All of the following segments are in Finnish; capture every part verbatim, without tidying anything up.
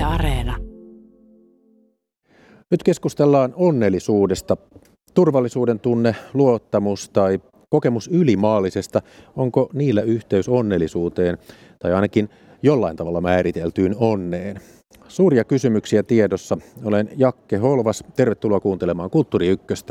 Areena. Nyt keskustellaan onnellisuudesta. Turvallisuuden tunne, luottamus tai kokemus ylimaallisesta, onko niillä yhteys onnellisuuteen tai ainakin jollain tavalla määriteltyyn onneen? Suuria kysymyksiä tiedossa. Olen Jakke Holvas. Tervetuloa kuuntelemaan Kulttuuri Ykköstä.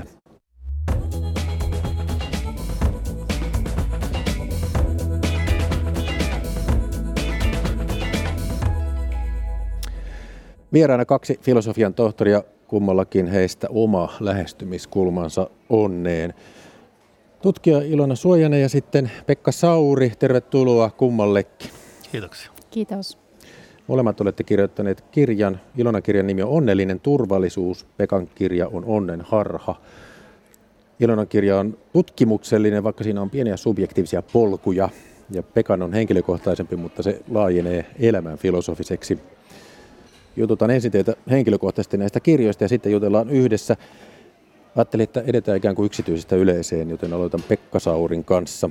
Vieraana kaksi filosofian tohtoria, kummallakin heistä oma lähestymiskulmansa onneen. Tutkija Ilona Suojanen ja sitten Pekka Sauri, tervetuloa kummallekin. Kiitoksia. Kiitos. Molemmat olette kirjoittaneet kirjan. Ilonan kirjan nimi on Onnellinen turvallisuus, Pekan kirja on Onnen harha. Ilonan kirja on tutkimuksellinen, vaikka siinä on pieniä subjektiivisia polkuja. Ja Pekan on henkilökohtaisempi, mutta se laajenee elämän filosofiseksi. Jututaan ensin teitä henkilökohtaisesti näistä kirjoista ja sitten jutellaan yhdessä. Ajattelin, että edetään ikään kuin yksityisestä yleiseen, joten aloitan Pekka Saurin kanssa.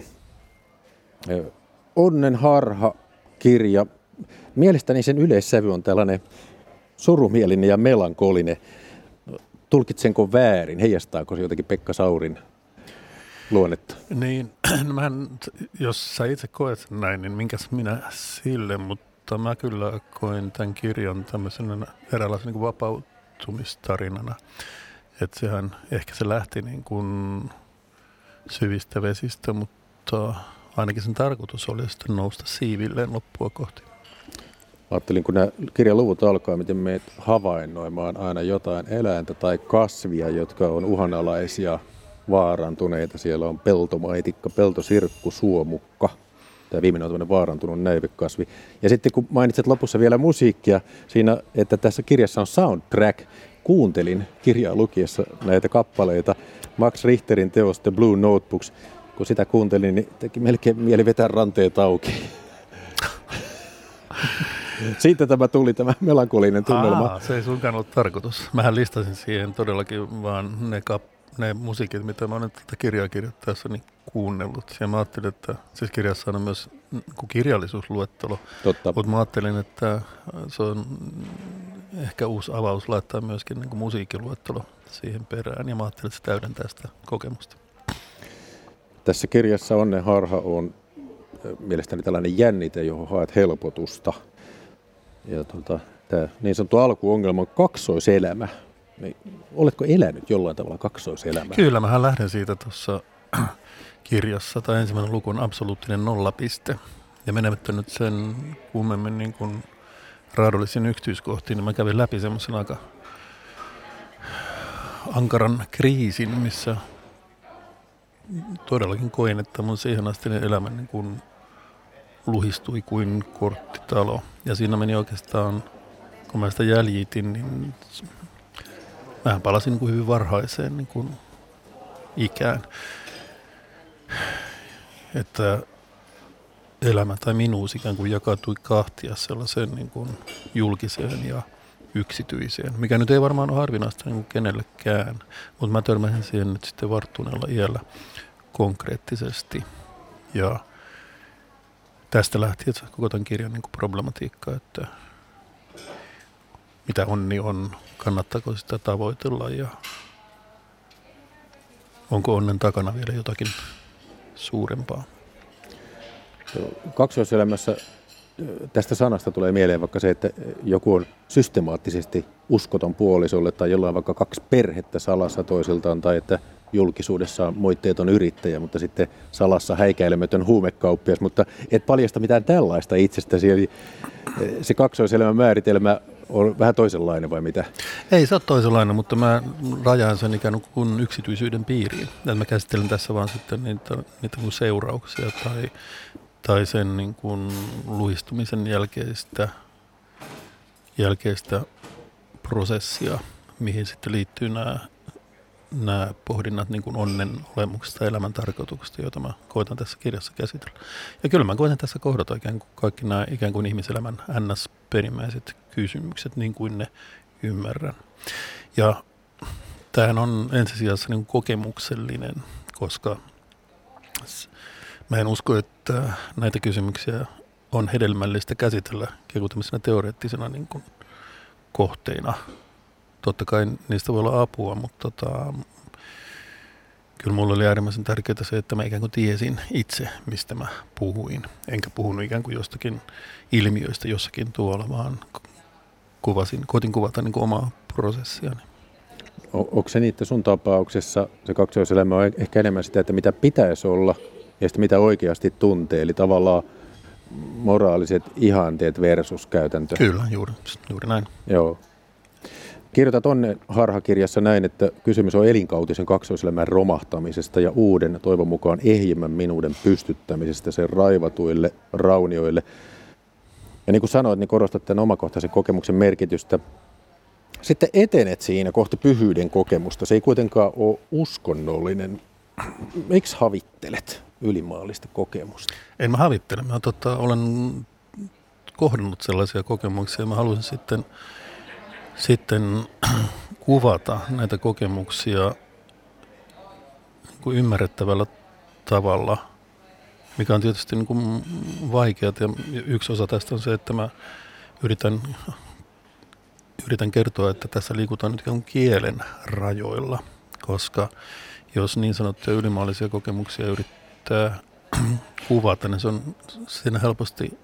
Onnen harha -kirja. Mielestäni sen yleissävy on tällainen surumielinen ja melankolinen. Tulkitsenko väärin? Heijastaako se jotenkin Pekka Saurin luonnetta? Niin, no mähän, jos sä itse koet sen näin, niin minkäs minä sille, mutta mä kyllä koin tämän kirjan tämmöisenä eräänlaisen niin vapautumistarinana. Että sehän, ehkä se lähti niin kuin syvistä vesistä, mutta ainakin sen tarkoitus oli sitten nousta siivilleen loppua kohti. Ajattelin, kun nämä kirjan luvut alkaa, miten meet havainnoimaan aina jotain eläintä tai kasvia, jotka on uhanalaisia, vaarantuneita. Siellä on peltomaitikka, peltosirkku, suomukka. Tämä viimeinen on tämmöinen vaarantunut näyvekasvi. Ja sitten kun mainitset lopussa vielä musiikkia siinä, että tässä kirjassa on soundtrack. Kuuntelin kirjaa lukiessa näitä kappaleita. Max Richterin teosta The Blue Notebooks. Kun sitä kuuntelin, niin teki melkein mieli vetää ranteet auki. Siitä tämä tuli, tämä melankolinen tunnelma. Aa, se ei suinkaan ollut tarkoitus. Mähän listasin siihen todellakin vaan ne, kap, ne musiikit, mitä mä olen tätä kirjaa kirjoittaessani kuunnellut. Ja mä ajattelin, että siis kirjassa on myös kirjallisuusluettelo. Totta. Mutta mä ajattelin, että se on ehkä uusi avaus laittaa myöskin niin kuin musiikkiluettelo siihen perään. Ja mä ajattelin, että se täydentää sitä kokemusta. Tässä kirjassa Onnen harha on mielestäni tällainen jännite, johon haet helpotusta. Ja tuota, tämä niin sanottu alkuongelma on kaksoiselämä. Oletko elänyt jollain tavalla kaksoiselämää? Kyllä, mähän lähden siitä tuossa kirjassa. Tai ensimmäinen luku on absoluuttinen nollapiste. Ja menemättä nyt sen kummemmin niin kuin raadollisiin yksityiskohtiin, niin mä kävin läpi semmoisen aika ankaran kriisin, missä todellakin koin, että mun siihen astinen elämä niin kuin luhistui kuin korttitalo. Ja siinä meni oikeastaan, kun mä sitä jäljitin, niin mähän palasin niin kuin hyvin varhaiseen niin kuin ikään. Että elämä tai minuus ikään kuin jakautui kahtia sellaiseen niin kuin julkiseen ja yksityiseen, mikä nyt ei varmaan ole harvinaista niin kuin kenellekään, mutta mä törmäsin siihen nyt sitten varttuneella iällä konkreettisesti. Ja tästä lähtien koko tämän kirjan niin kuin problematiikka, että mitä onni on, kannattaako sitä tavoitella ja onko onnen takana vielä jotakin suurempaa. Kaksoiselämässä tästä sanasta tulee mieleen vaikka se, että joku on systemaattisesti uskoton puolisolle tai jollain vaikka kaksi perhettä salassa toisiltaan tai että julkisuudessa on moitteeton yrittäjä, mutta sitten salassa häikäilemätön huumekauppias, mutta et paljasta mitään tällaista itsestäsi. Eli se kaksoiselämän määritelmä on vähän toisenlainen vai mitä? Ei se ole toisenlainen, mutta mä rajaan sen ikään kuin yksityisyyden piiriin. Ja mä käsittelen tässä vaan sitten niitä, niitä kuin seurauksia tai, tai sen niin kuin luhistumisen jälkeistä, jälkeistä prosessia, mihin sitten liittyy nämä nämä pohdinnat niin kuin onnen olemuksesta ja elämän tarkoituksesta, joita mä koitan tässä kirjassa käsitellä. Ja kyllä mä koitan tässä kohdata ikään kuin kaikki nämä ikään kuin ihmiselämän ns-perimmäiset kysymykset, niin kuin ne ymmärrän. Ja tämähän on ensisijassa niin kuin kokemuksellinen, koska mä en usko, että näitä kysymyksiä on hedelmällistä käsitellä ikään kuin tämmöisenä teoreettisena niin kuin kohteina. Totta kai niistä voi olla apua, mutta tota, kyllä mulla oli äärimmäisen tärkeää se, että mä ikään kuin tiesin itse, mistä mä puhuin. Enkä puhunut ikään kuin jostakin ilmiöistä jossakin tuolla, vaan kuvasin, koitin kuvata niin kuin omaa prosessiani. Onko se niin, että sun tapauksessa se kaksoiselämä on ehkä enemmän sitä, että mitä pitäisi olla ja sitten mitä oikeasti tuntee, eli tavallaan moraaliset ihanteet versus käytäntö? Kyllä, juuri, juuri näin. Joo. Kirjoitat Onnen harhakirjassa näin, että kysymys on elinkautisen kaksoiselämän romahtamisesta ja uuden, toivon mukaan ehjimmän minuuden pystyttämisestä sen raivatuille raunioille. Ja niin kuin sanoit, niin korostat tämän omakohtaisen kokemuksen merkitystä. Sitten etenet siinä kohti pyhyyden kokemusta. Se ei kuitenkaan ole uskonnollinen. Miksi havittelet ylimaallista kokemusta? En mä havittele. Mä tota, olen kohdannut sellaisia kokemuksia. Mä haluaisin sitten, sitten kuvata näitä kokemuksia niin kuin ymmärrettävällä tavalla, mikä on tietysti niin kuin vaikeaa. Ja yksi osa tästä on se, että mä yritän... Yritän kertoa, että tässä liikutaan nyt ikään kuin kielen rajoilla, koska jos niin sanottuja ylimaallisia kokemuksia yrittää kuvata, niin se on siinä helposti,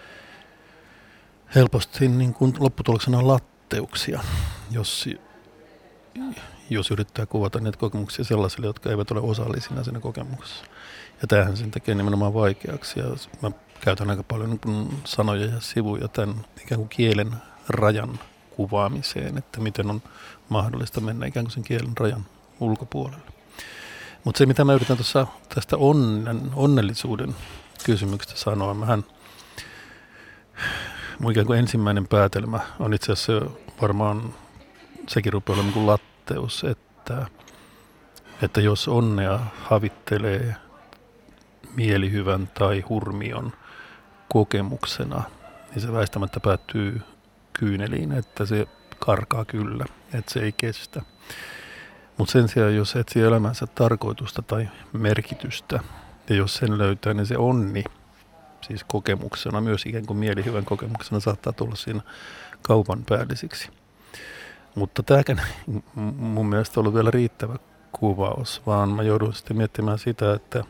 helposti niin kuin lopputuloksena on latteuksia, jos, jos yrittää kuvata niitä kokemuksia sellaisille, jotka eivät ole osallisina siinä kokemuksessa. Ja tämähän sen tekee nimenomaan vaikeaksi. Ja mä käytän aika paljon niin kuin sanoja ja sivuja tämän ikään kuin kielen rajan kuvaamiseen, että miten on mahdollista mennä ikään kuin sen kielen rajan ulkopuolelle. Mutta se, mitä mä yritän tuossa tästä onnen, onnellisuuden kysymyksestä sanoa, mähän, mun ikään kuin ensimmäinen päätelmä on itse asiassa varmaan, sekin rupeaa olemaan niin kuin latteus, että, että jos onnea havittelee mielihyvän tai hurmion kokemuksena, niin se väistämättä päättyy kyyneliin, että se karkaa kyllä, että se ei kestä. Mutta sen sijaan, jos etsii elämänsä tarkoitusta tai merkitystä, ja jos sen löytää, niin se onni, siis kokemuksena, myös ikään kuin mielihyvän kokemuksena, saattaa tulla siinä kaupan päällisiksi. Mutta tämäkään mun mielestä on ollut vielä riittävä kuvaus, vaan mä joudun sitten miettimään sitä, että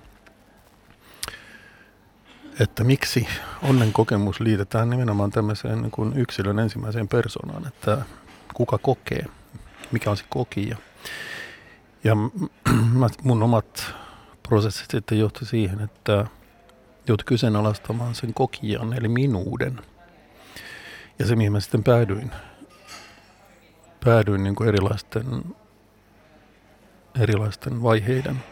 että miksi onnen kokemus liitetään nimenomaan tämmöiseen niin kuin yksilön ensimmäiseen persoonaan, että kuka kokee, mikä on se kokija. Ja mun omat prosessit sitten johti siihen, että joutui kyseenalaistamaan sen kokijan, eli minuuden. Ja se, mihin mä sitten päädyin, päädyin niin kuin erilaisten, erilaisten vaiheiden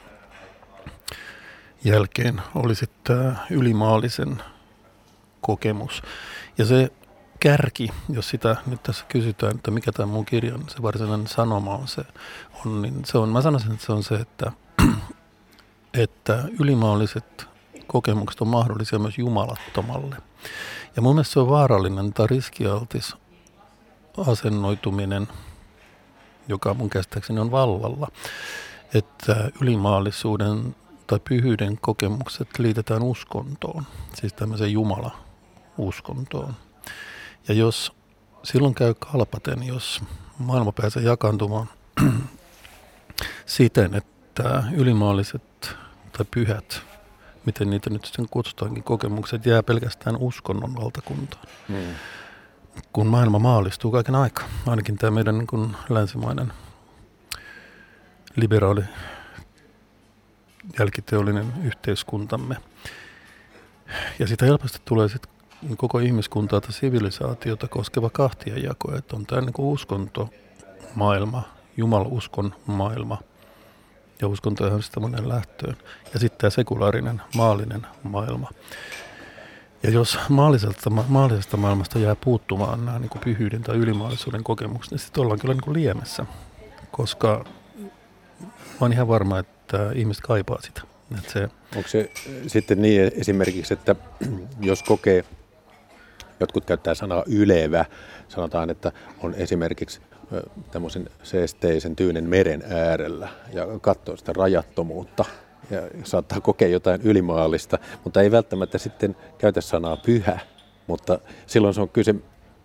jälkeen oli sitten tämä ylimaallisen kokemus. Ja se kärki, jos sitä nyt tässä kysytään, että mikä tämä mun kirjan se varsinainen sanoma on, se on, niin se on, mä sanoisin, että se on se, että, että ylimaalliset kokemukset on mahdollisia myös jumalattomalle. Ja mun mielestä se on vaarallinen tai riskialtis asennoituminen, joka mun käsittääkseni on vallalla, että ylimaallisuuden tai pyhyyden kokemukset liitetään uskontoon, siis tämmöiseen Jumala-uskontoon. Ja jos silloin käy kalpaten, jos maailma pääsee jakaantumaan siten, että ylimaalliset tai pyhät, miten niitä nyt sitten kutsutaankin, kokemukset jää pelkästään uskonnon valtakuntaan. Mm. Kun maailma maalistuu kaiken aikaa, ainakin tämä meidän niin kuin länsimainen liberaali jälkiteollinen yhteiskuntamme. Ja sitä helposti tulee sitten koko ihmiskuntaa tai sivilisaatiota koskeva kahtiajako, että on tämä niin kuin uskontomaailma, Jumala-uskon maailma, ja uskonto on sitä monen lähtöön. Ja sitten tämä sekulaarinen, maallinen maailma. Ja jos maallisesta, maallisesta maailmasta jää puuttumaan nämä niin kuin pyhyyden tai ylimaallisuuden kokemukset, niin sitten ollaan kyllä niin kuin liemessä, koska mä oon ihan varma, että ihmiset kaipaa sitä. Että se... Onko se sitten niin esimerkiksi, että jos kokee, jotkut käyttää sanaa ylevä, sanotaan, että on esimerkiksi tämmöisen seesteisen tyynen meren äärellä ja katsoo sitä rajattomuutta ja saattaa kokea jotain ylimaallista, mutta ei välttämättä sitten käytä sanaa pyhä, mutta silloin se on kyse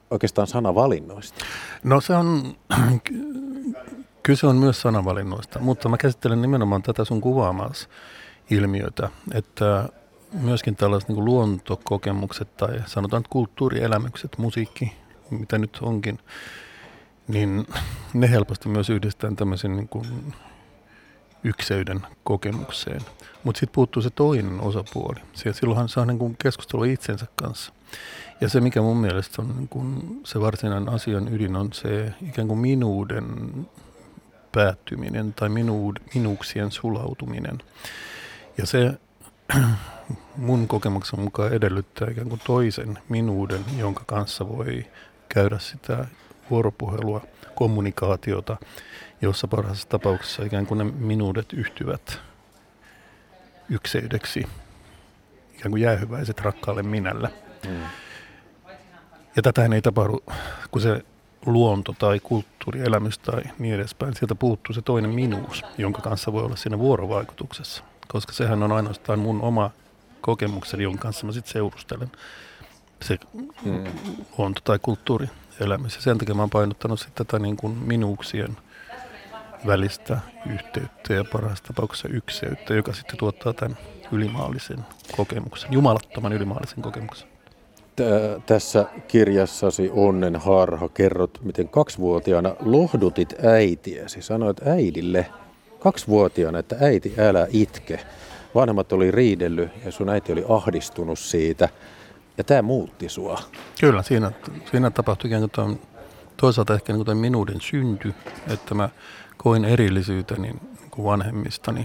oikeastaan sanavalinnoista? No se on, kyse on myös sanavalinnoista, mutta mä käsittelen nimenomaan tätä sun kuvaamassa ilmiötä, että myöskin tällaiset niin kuin luontokokemukset tai sanotaan kulttuurielämykset, musiikki, mitä nyt onkin, niin ne helposti myös yhdistetään tämmöisen niin kuin ykseyden kokemukseen. Mutta sitten puuttuu se toinen osapuoli. Silloinhan se on niin kuin keskustelu itsensä kanssa. Ja se, mikä mun mielestä on niin kuin se varsinainen asian ydin, on se ikään kuin minuuden päättyminen tai minuud, minuuksien sulautuminen. Ja se mun kokemuksen mukaan edellyttää ikään kuin toisen minuuden, jonka kanssa voi käydä sitä vuoropuhelua, kommunikaatiota, jossa parhaassa tapauksessa ikään kuin ne minuudet yhtyvät ykseydeksi, ikään kuin jäähyväiset rakkaalle minälle. Mm. Ja tätähän ei tapahdu, kun se luonto tai kulttuurielämys tai niin edespäin, sieltä puuttuu se toinen minuus, jonka kanssa voi olla siinä vuorovaikutuksessa, koska sehän on ainoastaan mun oma kokemukseni, jonka kanssa mä sitten seurustelen se mm. luonto tai kulttuurielämys. Ja sen takia mä oon painottanut sitten tätä niin kuin minuuksien välistä yhteyttä ja parhaassa tapauksessa ykseyttä, joka sitten tuottaa tämän ylimaallisen kokemuksen, jumalattoman ylimaallisen kokemuksen. Tässä kirjassasi Onnen harha kerrot, miten kaksivuotiaana lohdutit äitiäsi. Sanoit äidille kaksivuotiaana, että äiti, älä itke. Vanhemmat oli riidellyt ja sun äiti oli ahdistunut siitä. Ja tämä muutti sua. Kyllä, siinä, siinä tapahtui ikään kuin tämän, toisaalta ehkä niin kuin tämän minuuden synty, että mä koin erillisyyteni niin kuin vanhemmistani.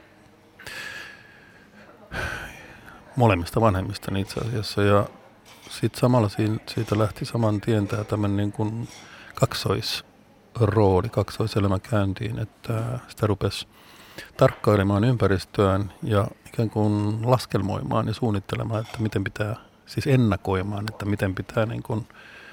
Molemmista vanhemmistani itse asiassa. Ja sitten samalla siitä lähti saman tien tämä tämmöinen niin kuin kaksoisrooli, kaksoiselämä käyntiin, että sitä rupesi tarkkailemaan ympäristöään ja ikään kuin laskelmoimaan ja suunnittelemaan, että miten pitää, siis ennakoimaan, että miten pitää niin kuin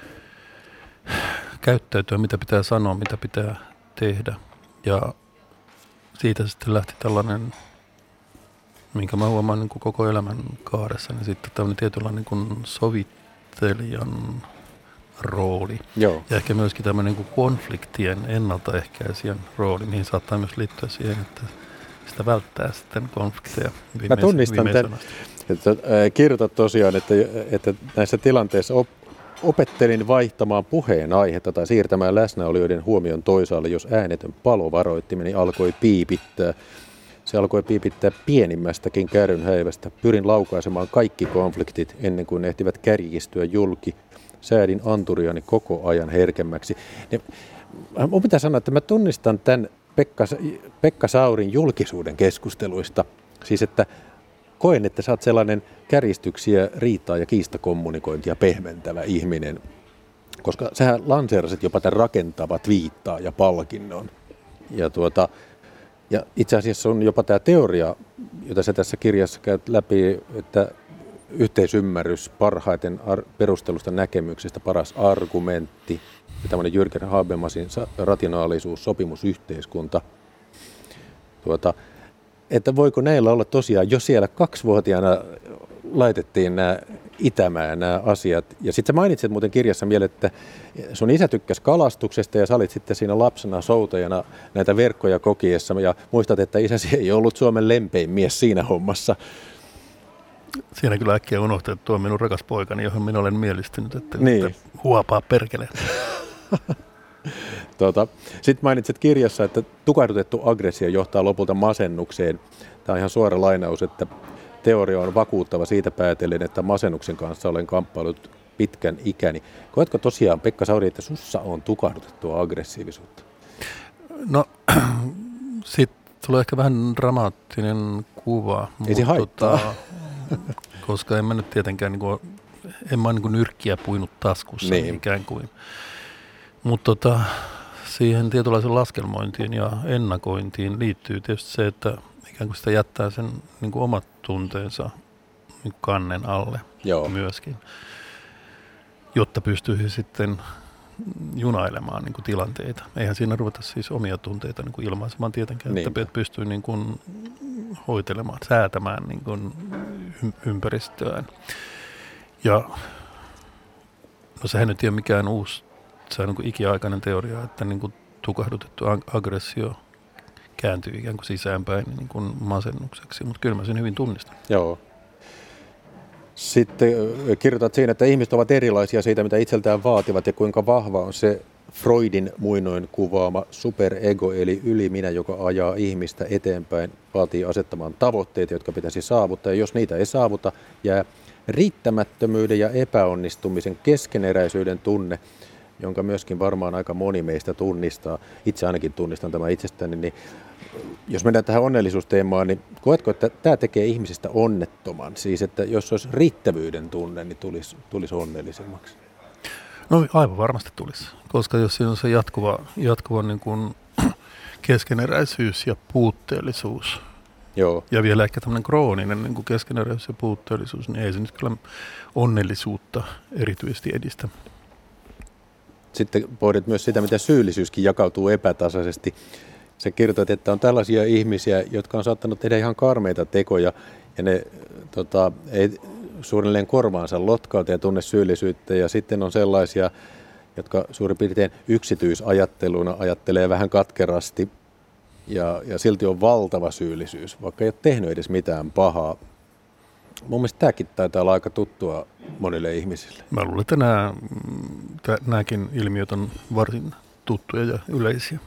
käyttäytyä, mitä pitää sanoa, mitä pitää tehdä. Ja siitä sitten lähti tällainen, minkä mä huomaan niin kuin koko elämän kaaressa, niin sitten tämmöinen tietynlainen niin kuin sovittelijan rooli. Joo. Ja ehkä myöskin tämmöinen niin kuin konfliktien ennaltaehkäisijän rooli, mihin saattaa myös liittyä siihen, että sitä välttää sitten konflikteja. Mä tunnistan tämän, että kirjoitat tosiaan, että, että näissä tilanteissa op, opettelin vaihtamaan puheen aihetta tai siirtämään läsnäolijoiden huomion toisaalle, jos äänetön palovaroittimeni alkoi piipittää. Se alkoi piipittää pienimmästäkin kärrynhäivästä. Pyrin laukaisemaan kaikki konfliktit ennen kuin ne ehtivät kärjistyä julki. Säädin anturiani koko ajan herkemmäksi. Mun pitää sanoa, että mä tunnistan tämän Pekka, Pekka Saurin julkisuuden keskusteluista. Siis että koen, että sä oot sellainen kärjistyksiä, riitaa ja kiistakommunikointia pehmentävä ihminen. Koska sähän lanseerasit jopa tämän rakentavat viittaa ja palkinnon. Ja tuota... Ja itse asiassa on jopa tämä teoria, jota sä tässä kirjassa käyt läpi, että yhteisymmärrys parhaiten ar- perustelusta näkemyksestä, paras argumentti, ja tämmöinen Jürgen Habermasin rationaalisuus, sopimusyhteiskunta. Tuota, että voiko näillä olla tosiaan, jo siellä kaksivuotiaana laitettiin nämä itämään nämä asiat. Ja sitten sä mainitsit muuten kirjassa vielä, että sun isä tykkäsi kalastuksesta ja sä olit sitten siinä lapsena soutajana näitä verkkoja kokiessa. Ja muistat, että isäsi ei ollut Suomen lempein mies siinä hommassa. Siinä kyllä äkkiä unohtaa, että tuo on minun rakas poikani, johon minä olen mielistynyt, että, niin. että huopaa perkeleen. Tuota, sitten mainitsit kirjassa, että tukahdutettu aggressio johtaa lopulta masennukseen. Tämä on ihan suora lainaus, että teoria on vakuuttava siitä päätellen, että masennuksen kanssa olen kamppailut pitkän ikäni. Koetko tosiaan, Pekka Sauri, että sussa on tukahdutettua aggressiivisuutta? No, sitten tulee ehkä vähän dramaattinen kuva. Ei se haittaa. Tota, koska en mä nyt tietenkään, niin kuin, en mä niin kuin nyrkkiä puinut taskussa niin. ikään kuin. Mutta tota, siihen tietynlaisen laskelmointiin ja ennakointiin liittyy tietysti se, että ikään kuin sitä jättää sen niin kuin omat tunteensa niin kuin kannen alle Joo. myöskin, jotta pystyisi sitten junailemaan niin kuin tilanteita. Eihän siinä ruveta siis omia tunteita niin kuin ilmaisemaan tietenkään, niin. että pystyy niin kuin hoitelemaan, säätämään niin kuin ympäristöään. Ja no sehän nyt ei ole mikään uusi, se on niin kuin ikiaikainen teoria, että niin kuin tukahdutettu aggressio kääntyy ikään kuin sisäänpäin niin kuin masennukseksi, mutta kyllä mä sen hyvin tunnistan. Joo. Sitten kirjoitat siinä, että ihmiset ovat erilaisia siitä, mitä itseltään vaativat ja kuinka vahva on se Freudin muinoin kuvaama superego, eli yliminä, joka ajaa ihmistä eteenpäin, vaatii asettamaan tavoitteita, jotka pitäisi saavuttaa. Ja jos niitä ei saavuta, jää riittämättömyyden ja epäonnistumisen keskeneräisyyden tunne, jonka myöskin varmaan aika moni meistä tunnistaa. Itse ainakin tunnistan tämän itsestäni. Niin jos mennään tähän onnellisuusteemaan, niin koetko, että tämä tekee ihmisestä onnettoman? Siis, että jos olisi riittävyyden tunne, niin tulisi, tulisi onnellisemmaksi. No aivan varmasti tulisi, koska jos siinä on se jatkuva, jatkuva niin kuin keskeneräisyys ja puutteellisuus, Joo. ja vielä ehkä tämmöinen krooninen niin kuin keskeneräisyys ja puutteellisuus, niin ei se nyt kyllä onnellisuutta erityisesti edistä. Sitten pohdit myös sitä, miten syyllisyyskin jakautuu epätasaisesti. Sä kirjoitat, että on tällaisia ihmisiä, jotka on saattanut tehdä ihan karmeita tekoja, ja ne tota, ei suunnilleen korvaansa lotkauta ja tunne syyllisyyttä, ja sitten on sellaisia, jotka suurin piirtein yksityisajatteluna ajattelee vähän katkerasti, ja, ja silti on valtava syyllisyys, vaikka ei ole tehnyt edes mitään pahaa. Mun mielestä tämäkin taitaa olla aika tuttua monille ihmisille. Mä luulen, että nämä, nämäkin ilmiöt on varsin tuttuja ja yleisiä.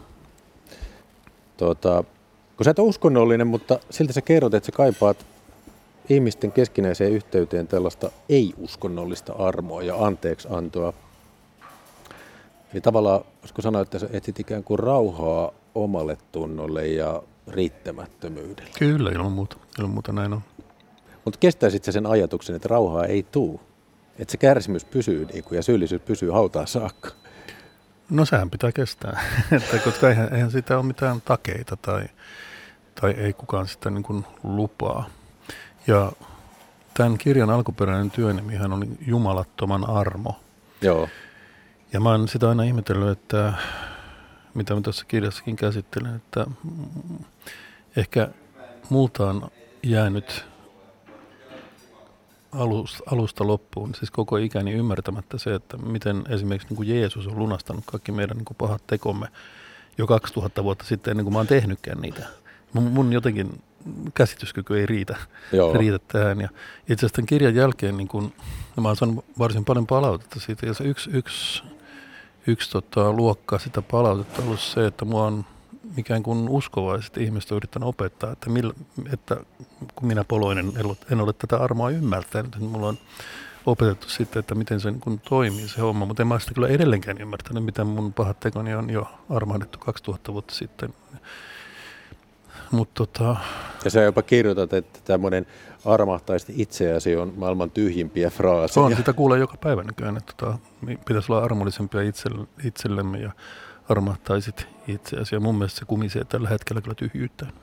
Tota, kun sä et ole uskonnollinen, mutta silti sä kerrot, että sä kaipaat ihmisten keskinäiseen yhteyteen tällaista ei-uskonnollista armoa ja anteeksiantoa. Eli tavallaan, voisiko sanoa, että sä etsit ikään kuin rauhaa omalle tunnolle ja riittämättömyydelle. Kyllä, ilman muuta, ilman muuta näin on. Mutta kestäisit sä sen ajatuksen, että rauhaa ei tule? Että se kärsimys pysyy niin kuin, ja syyllisyys pysyy hautaan saakka? No sehän pitää kestää, että, koska eihän, eihän sitä ole mitään takeita tai, tai ei kukaan sitä niin kuin lupaa. Ja tämän kirjan alkuperäinen työnimihän oli Jumalattoman armo. Joo. Ja mä oon sitä aina ihmetellyt, että mitä mä tässä kirjassakin käsittelen, että ehkä multa on jäänyt alusta, alusta loppuun, siis koko ikäni ymmärtämättä se, että miten esimerkiksi niin kuin Jeesus on lunastanut kaikki meidän niin kuin pahat tekomme jo kaksituhatta vuotta sitten, ennen kuin mä oon tehnytkään niitä. Mun, mun jotenkin käsityskyky ei riitä, riitä tähän. Ja itse asiassa tämän kirjan jälkeen niin kun, mä oon saanut varsin paljon palautetta siitä. Ja se yksi, yksi, yksi tota, luokka sitä palautetta on ollut se, että mua on ikään kuin uskovaiset ihmiset on yrittänyt opettaa, että, millä, että kun minä poloinen en ole tätä armoa ymmärtänyt, niin mulla on opetettu sitten, että miten se niin kun toimii se homma. Mutta en mä sitä kyllä edelleenkään ymmärtänyt, mitä mun pahat tekoni on jo armahdettu kaksituhatta vuotta sitten. Mut tota... Ja sä jopa kirjoitat, että tämmöinen armahtaisit itseäsi on maailman tyhjimpiä fraaseja. On, sitä kuulee joka päivä nykyään, että tota, pitäisi olla armollisempia itselle, itsellemme ja armahtaisit itseäsi. Ja mun mielestä se kumisee tällä hetkellä kyllä tyhjyyttään.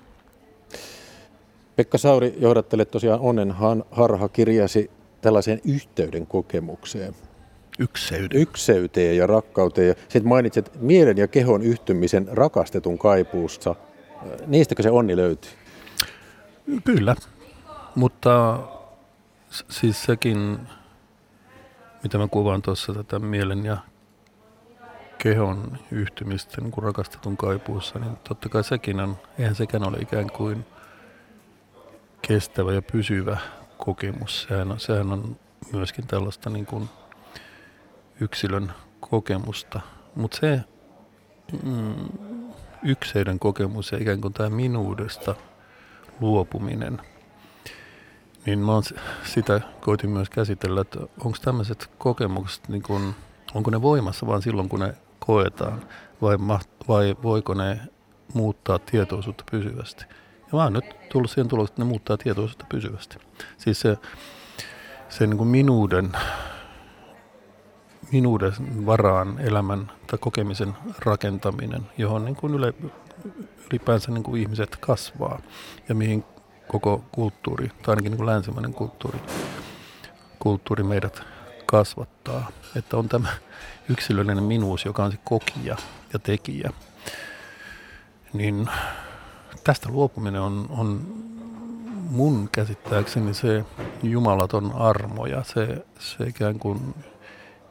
Pekka Sauri, johdattelet tosiaan Onnen harha-kirjasi tällaiseen yhteyden kokemukseen. Ykseyden. Ykseyteen ja rakkauteen. Ja sitten mainitset mielen ja kehon yhtymisen rakastetun kaipuussa. Niistäkö se onni löytyy? Kyllä, mutta siis sekin, mitä mä kuvaan tuossa tätä mielen ja kehon yhtymistä niin kuin rakastetun kaipuussa, niin totta kai sekin on, eihän sekään ole ikään kuin kestävä ja pysyvä kokemus. Sehän on, sehän on myöskin tällaista niin kuin yksilön kokemusta, mutta se mm, ykseyden kokemus ja ikään kuin tämä minuudesta luopuminen, niin mä oon sitä koitin myös käsitellä, että onko tämmöiset kokemukset, niin kun, onko ne voimassa vaan silloin, kun ne koetaan, vai, vai voiko ne muuttaa tietoisuutta pysyvästi. Ja mä oon nyt tullut siihen tulokseen, että ne muuttaa tietoisuutta pysyvästi. Siis se, se niin kuin minuuden, minuuden varaan elämän tai kokemisen rakentaminen, johon niin kuin yle, ylipäänsä niin kuin ihmiset kasvaa ja mihin koko kulttuuri, tai ainakin niin kuin länsimainen kulttuuri, kulttuuri meidät kasvattaa. Että on tämä yksilöllinen minuus, joka on se kokija ja tekijä. Niin tästä luopuminen on, on mun käsittääkseni se jumalaton armo ja se, se ikään kuin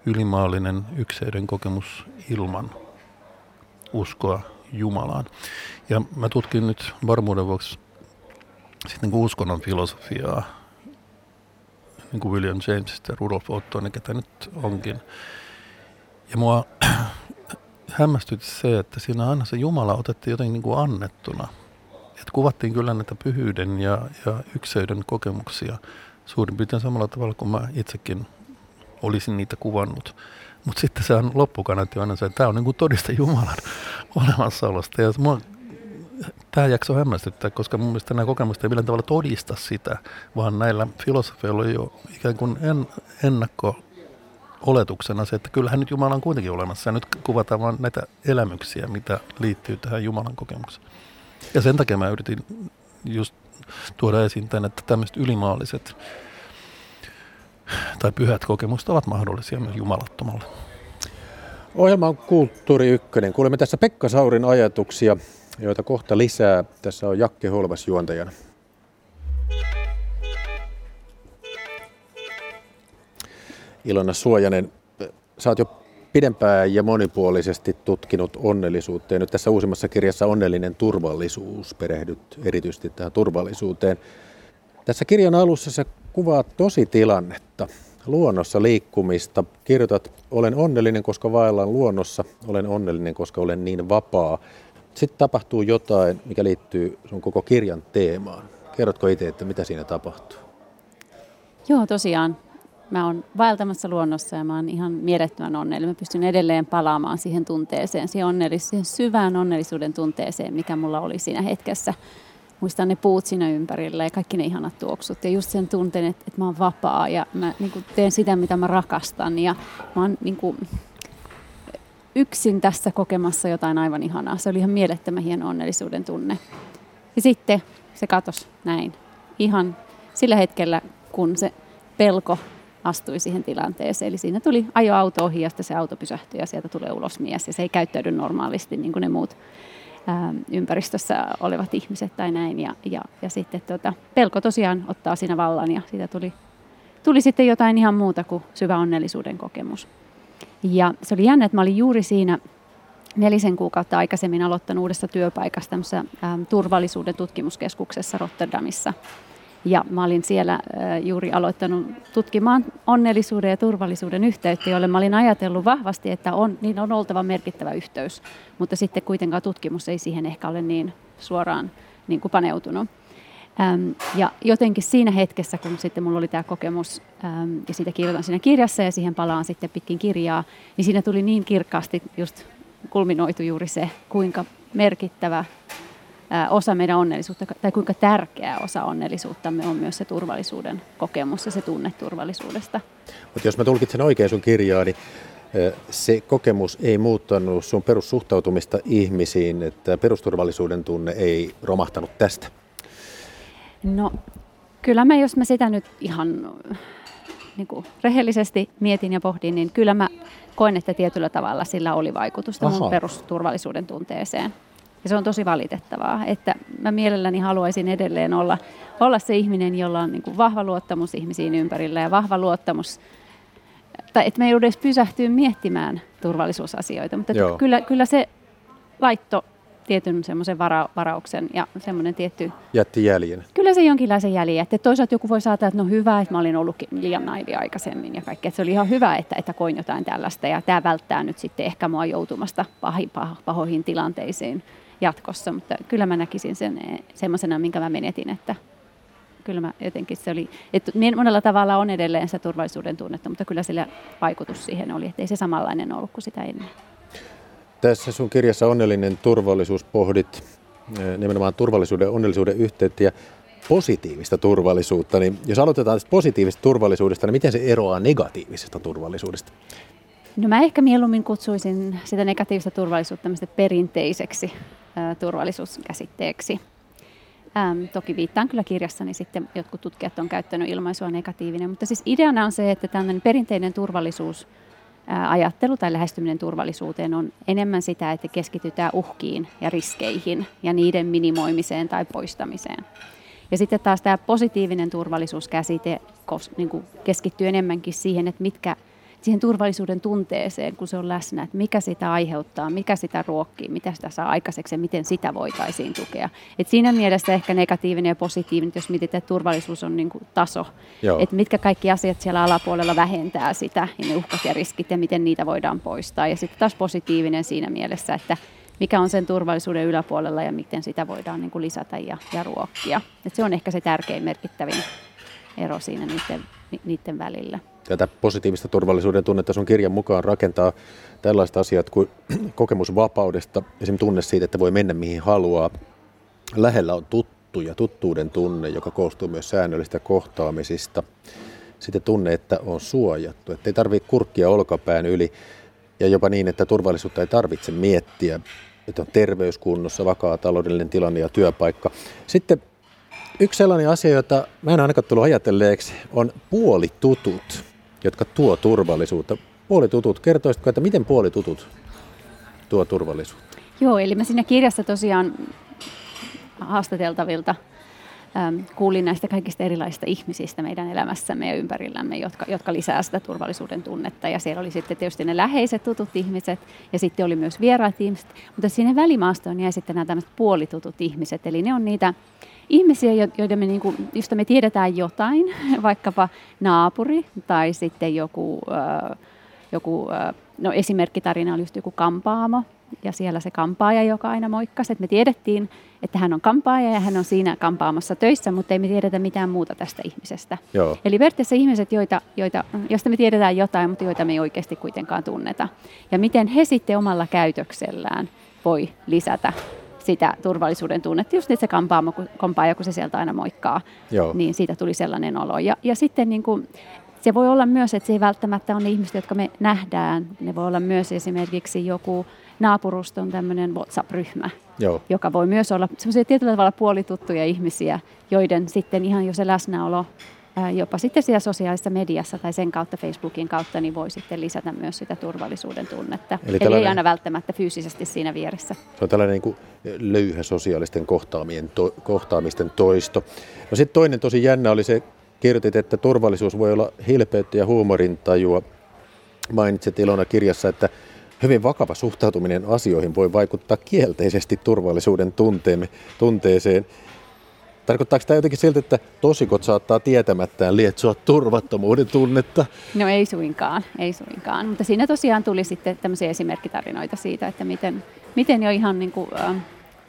ylimaallinen ykseyden kokemus ilman uskoa Jumalaan. Ja mä tutkin nyt varmuuden vuoksi sitten niin kuin uskonnon filosofiaa, niin kuin William Jamesista ja Rudolf Ottoa, ketä nyt onkin. Ja mua hämmästytti se, että siinä aina se Jumala otettiin jotenkin niin kuin annettuna. Että kuvattiin kyllä näitä pyhyyden ja, ja ykseyden kokemuksia suurin piirtein samalla tavalla kuin mä itsekin olisin niitä kuvannut. Mutta sitten se on loppukaneetti aina se, että tämä on niin kuin todiste Jumalan olemassaolosta. Ja mua tämä jakso hämmästyttää, koska mun mielestä nämä kokemukset ei millään tavalla todista sitä, vaan näillä filosofeilla on jo ikään kuin en, ennakko-oletuksena se, että kyllähän nyt Jumala on kuitenkin olemassa. Ja nyt kuvataan vaan näitä elämyksiä, mitä liittyy tähän Jumalan kokemukseen. Ja sen takia mä yritin just tuoda esiin tämän, että tämmöiset ylimaalliset tai pyhät kokemukset ovat mahdollisia myös jumalattomalle. Ohjelma on Kulttuuri Ykkönen. Kuulemme tässä Pekka Saurin ajatuksia, joita kohta lisää. Tässä on Jakke Holvas juontajana. Ilona Suojanen, sä oot jo pidempään ja monipuolisesti tutkinut onnellisuutta. Ja nyt tässä uusimmassa kirjassa Onnellinen turvallisuus, perehdyt erityisesti tähän turvallisuuteen. Tässä kirjan alussa sä kuvaat tositilannetta, luonnossa liikkumista. Kirjoitat, olen onnellinen, koska vaellan luonnossa, olen onnellinen, koska olen niin vapaa. Sitten tapahtuu jotain, mikä liittyy sun koko kirjan teemaan. Kerrotko itse, että mitä siinä tapahtuu? Joo, tosiaan. Mä oon vaeltamassa luonnossa ja mä oon ihan mielettömän onnellinen. Mä pystyn edelleen palaamaan siihen tunteeseen, siihen, onnellis- siihen syvään onnellisuuden tunteeseen, mikä mulla oli siinä hetkessä. Muistan ne puut siinä ympärillä ja kaikki ne ihanat tuoksut. Ja just sen tunteen, että, että mä oon vapaa ja mä niin kuin teen sitä, mitä mä rakastan. Ja mä oon niin kuin yksin tässä kokemassa jotain aivan ihanaa. Se oli ihan mielettömän hieno onnellisuuden tunne. Ja sitten se katosi näin. Ihan sillä hetkellä, kun se pelko astui siihen tilanteeseen. Eli siinä tuli ajoauto ohi ja sitten se auto pysähtyi ja sieltä tulee ulos mies. Ja se ei käyttäydy normaalisti niin kuin ne muut ää, ympäristössä olevat ihmiset tai näin. Ja, ja, ja sitten tota, pelko tosiaan ottaa siinä vallan ja siitä tuli, tuli sitten jotain ihan muuta kuin syvä onnellisuuden kokemus. Ja se oli jännä, että mä olin juuri siinä nelisen kuukautta aikaisemmin aloittanut uudessa työpaikassa tämmöisessä ää, turvallisuuden tutkimuskeskuksessa Rotterdamissa. Ja mä olin siellä äh, juuri aloittanut tutkimaan onnellisuuden ja turvallisuuden yhteyttä, jolle mä olin ajatellut vahvasti, että on, niin on oltava merkittävä yhteys. Mutta sitten kuitenkaan tutkimus ei siihen ehkä ole niin suoraan niin kuin paneutunut. Ähm, ja jotenkin siinä hetkessä, kun sitten mulla oli tämä kokemus, ähm, ja siitä kirjoitan siinä kirjassa ja siihen palaan sitten pitkin kirjaa, niin siinä tuli niin kirkkaasti just kulminoitu juuri se, kuinka merkittävä osa meidän onnellisuutta, tai kuinka tärkeä osa onnellisuuttamme on myös se turvallisuuden kokemus ja se tunne turvallisuudesta. Mutta jos mä tulkitsen oikein sun kirjaa, niin se kokemus ei muuttanut sun perussuhtautumista ihmisiin, että perusturvallisuuden tunne ei romahtanut tästä? No kyllä mä, jos mä sitä nyt ihan niin kuin rehellisesti mietin ja pohdin, niin kyllä mä koen, että tietyllä tavalla sillä oli vaikutusta Aha. mun perusturvallisuuden tunteeseen. Ja se on tosi valitettavaa, että mä mielelläni haluaisin edelleen olla, olla se ihminen, jolla on niin kuin vahva luottamus ihmisiin ympärillä ja vahva luottamus, tai että me ei edes pysähtyä miettimään turvallisuusasioita, mutta kyllä, kyllä se laitto tietyn semmoisen vara, varauksen ja semmoinen tietty... Jätti jäljen. Kyllä se jonkinlaisen jäljen, että toisaalta joku voi saada, että no hyvä, että mä olin ollut liian naivi aikaisemmin ja kaikkea. Se oli ihan hyvä, että, että koin jotain tällaista ja tämä välttää nyt sitten ehkä mua joutumasta pahi, paho, pahoihin tilanteisiin jatkossa, mutta kyllä mä näkisin sen semmoisena, minkä mä menetin, että kyllä mä jotenkin se oli, että monella tavalla on edelleen se turvallisuuden tunnetta, mutta kyllä sillä vaikutus siihen oli, että ei se samanlainen ollut kuin sitä ennen. Tässä sun kirjassa Onnellinen turvallisuus pohdit nimenomaan turvallisuuden ja onnellisuuden yhteyttä ja positiivista turvallisuutta. Niin jos aloitetaan tästä positiivisesta turvallisuudesta, niin miten se eroaa negatiivisesta turvallisuudesta? No mä ehkä mieluummin kutsuisin sitä negatiivista turvallisuutta tämmöistä perinteiseksi ä, turvallisuuskäsitteeksi. Ähm, toki viittaan kyllä kirjassani sitten, jotkut tutkijat on käyttänyt ilmaisua negatiivinen, mutta siis ideana on se, että tämmöinen perinteinen turvallisuus ajattelu tai lähestyminen turvallisuuteen on enemmän sitä, että keskitytään uhkiin ja riskeihin ja niiden minimoimiseen tai poistamiseen. Ja sitten taas tämä positiivinen turvallisuuskäsite niin kuin keskittyy enemmänkin siihen, että mitkä, siihen turvallisuuden tunteeseen, kun se on läsnä, että mikä sitä aiheuttaa, mikä sitä ruokkii, mitä sitä saa aikaiseksi ja miten sitä voitaisiin tukea. Et siinä mielessä ehkä negatiivinen ja positiivinen, jos mietitään, että turvallisuus on niin kuin taso, Joo. että mitkä kaikki asiat siellä alapuolella vähentää sitä ja ne uhkat ja riskit ja miten niitä voidaan poistaa. Ja sitten taas positiivinen siinä mielessä, että mikä on sen turvallisuuden yläpuolella ja miten sitä voidaan niin kuin lisätä ja, ja ruokkia. Et se on ehkä se tärkein merkittävin ero siinä niiden, niiden välillä. Tätä positiivista turvallisuuden tunnetta sun kirjan mukaan rakentaa tällaiset asiat kuin kokemus vapaudesta, esimerkiksi tunne siitä, että voi mennä mihin haluaa. Lähellä on tuttu ja tuttuuden tunne, joka koostuu myös säännöllistä kohtaamisista. Sitten tunne, että on suojattu, että ei tarvitse kurkkia olkapään yli ja jopa niin, että turvallisuutta ei tarvitse miettiä, että on terveyskunnossa, vakaa taloudellinen tilanne ja työpaikka. Sitten yksi sellainen asia, jota mä en ainakaan tullut ajatelleeksi, on puolitutut, jotka tuo turvallisuutta. Puolitutut, kertoisitko, että miten puolitutut tuo turvallisuutta? Joo, eli mä siinä kirjassa tosiaan haastateltavilta ähm, kuulin näistä kaikista erilaisista ihmisistä meidän elämässämme ja ympärillämme, jotka, jotka lisää sitä turvallisuuden tunnetta. Ja siellä oli sitten tietysti ne läheiset tutut ihmiset ja sitten oli myös vieraat ihmiset. Mutta siinä välimaastoon jäi sitten nämä tämmöiset puolitutut ihmiset, eli ne on niitä ihmisiä, joiden me, niin kuin, josta me tiedetään jotain, vaikkapa naapuri tai sitten joku, äh, joku äh, no esimerkkitarina oli just joku kampaamo ja siellä se kampaaja, joka aina moikkasi, että me tiedettiin, että hän on kampaaja ja hän on siinä kampaamossa töissä, mutta ei me tiedetä mitään muuta tästä ihmisestä. Joo. Eli periaatteessa ihmiset, joita, joita, joista me tiedetään jotain, mutta joita me ei oikeasti kuitenkaan tunneta. Ja miten he sitten omalla käytöksellään voi lisätä sitä turvallisuuden tunnetta, just nyt se kampaamo, kompaaja, kun se sieltä aina moikkaa, Joo. niin siitä tuli sellainen olo. Ja, ja sitten niin kuin, se voi olla myös, että se ei välttämättä ole ne ihmiset, jotka me nähdään. Ne voi olla myös esimerkiksi joku naapuruston tämmöinen WhatsApp-ryhmä, Joo. joka voi myös olla semmoisia tietyllä tavalla puolituttuja ihmisiä, joiden sitten ihan jo se läsnäolo jopa sitten siellä sosiaalisessa mediassa tai sen kautta Facebookin kautta, niin voi sitten lisätä myös sitä turvallisuuden tunnetta. Eli, Eli ei aina välttämättä fyysisesti siinä vieressä. Se on tällainen niin kuin löyhä sosiaalisten kohtaamien to, kohtaamisten toisto. No sitten toinen tosi jännä oli se, kirjoitit, että turvallisuus voi olla hilpeyttä ja huumorintajua. Mainitsit Ilona kirjassa, että hyvin vakava suhtautuminen asioihin voi vaikuttaa kielteisesti turvallisuuden tunteemme, tunteeseen. Tarkoittaako tämä jotenkin siltä, että tosikot saattaa tietämättään lietsoa turvattomuuden tunnetta? No ei suinkaan, ei suinkaan. Mutta siinä tosiaan tuli sitten tämmöisiä esimerkkitarinoita siitä, että miten, miten jo ihan niin kuin, äh,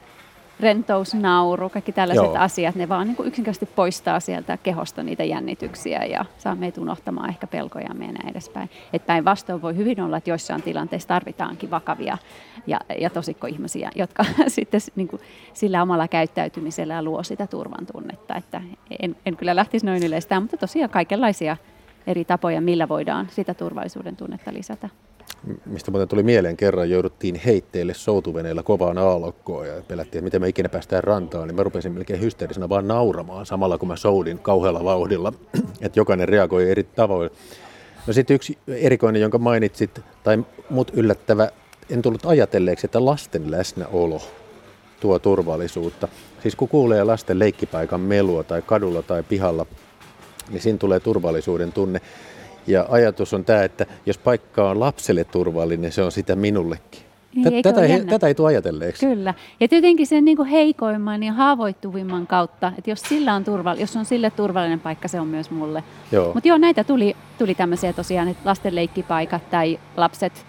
rentous, nauru, kaikki tällaiset Joo. asiat, ne vaan niin kuin yksinkertaisesti poistaa sieltä kehosta niitä jännityksiä ja saa meitä unohtamaan ehkä pelkojamme ja näin edespäin. Että päinvastoin voi hyvin olla, että joissain tilanteissa tarvitaankin vakavia ja, ja tosikkoihmisiä, jotka sitten niin kuin sillä omalla käyttäytymisellä luo sitä turvan tunnetta. Että en, en kyllä lähtisi noin yleistään, mutta tosiaan kaikenlaisia eri tapoja, millä voidaan sitä turvallisuuden tunnetta lisätä. Mistä muuten tuli mieleen, kerran jouduttiin heitteille soutuveneellä kovaan aallokkoon ja pelättiin, että miten me ikinä päästään rantaan, niin mä rupesin melkein hysteerisenä vaan nauramaan samalla kun mä soudin kauhealla vauhdilla, että jokainen reagoi eri tavoin. No sitten yksi erikoinen, jonka mainitsit, tai mut yllättävä, en tullut ajatelleeksi, että lasten läsnäolo tuo turvallisuutta. Siis kun kuulee lasten leikkipaikan melua tai kadulla tai pihalla, niin siinä tulee turvallisuuden tunne. Ja ajatus on tämä, että jos paikka on lapselle turvallinen, se on sitä minullekin. Niin, tätä, ei, tätä ei tule ajatelleeksi. Kyllä. Ja tietenkin sen niin kuin heikoimman ja haavoittuvimman kautta, että jos, sillä on turvall- jos on sille turvallinen paikka, se on myös mulle. Mutta joo, näitä tuli, tuli tämmöisiä tosiaan, että lasten leikkipaikat tai lapset,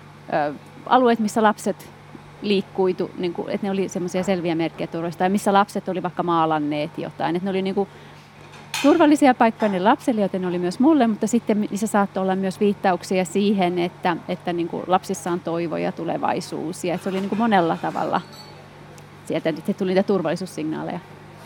ö, alueet, missä lapset liikkuitu, niin kuin, että ne oli semmoisia selviä merkkejä turvallisuudesta, tai missä lapset oli vaikka maalanneet jotain, että ne oli niin kuin turvallisia paikkoja ne lapsille, joten ne oli myös mulle, mutta sitten niissä saattoi olla myös viittauksia siihen, että, että niin kuin lapsissa on toivo ja tulevaisuus. Ja se oli niin kuin monella tavalla. Sieltä tuli niitä turvallisuussignaaleja.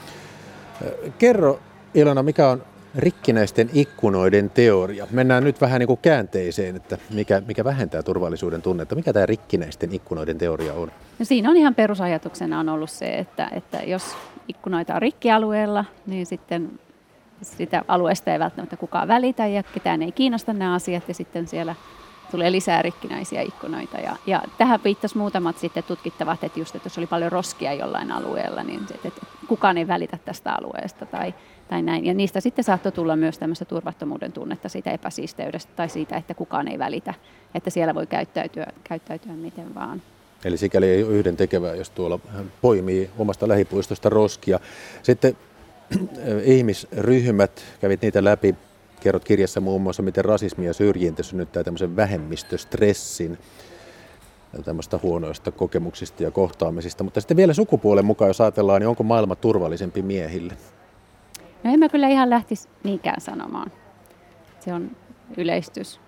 Kerro, Ilona, mikä on rikkinäisten ikkunoiden teoria? Mennään nyt vähän niin kuin käänteiseen, että mikä, mikä vähentää turvallisuuden tunnetta. Mikä tämä rikkinäisten ikkunoiden teoria on? No siinä on ihan perusajatuksena on ollut se, että, että jos ikkunoita on rikkialueella, niin sitten sitä alueesta ei välttämättä kukaan välitä ja ketään ei kiinnosta nämä asiat ja sitten siellä tulee lisää rikkinäisiä ikkunoita. Ja, ja tähän viittasi muutamat sitten tutkittavat, että just, että jos oli paljon roskia jollain alueella, niin että, että kukaan ei välitä tästä alueesta tai, tai näin. Ja niistä sitten saattoi tulla myös tämmöistä turvattomuuden tunnetta siitä epäsiisteydestä tai siitä, että kukaan ei välitä, että siellä voi käyttäytyä, käyttäytyä miten vaan. Eli sikäli ei ole yhden tekevää, jos tuolla poimii omasta lähipuistosta roskia. Sitten ihmisryhmät, kävit niitä läpi. Kerrot kirjassa muun muassa, miten rasismi ja syrjintä synnyttää tämmöisen vähemmistöstressin tämmöistä huonoista kokemuksista ja kohtaamisista. Mutta sitten vielä sukupuolen mukaan, jos ajatellaan, niin onko maailma turvallisempi miehille? No en mä kyllä ihan lähtisi niinkään sanomaan. Se on yleistys.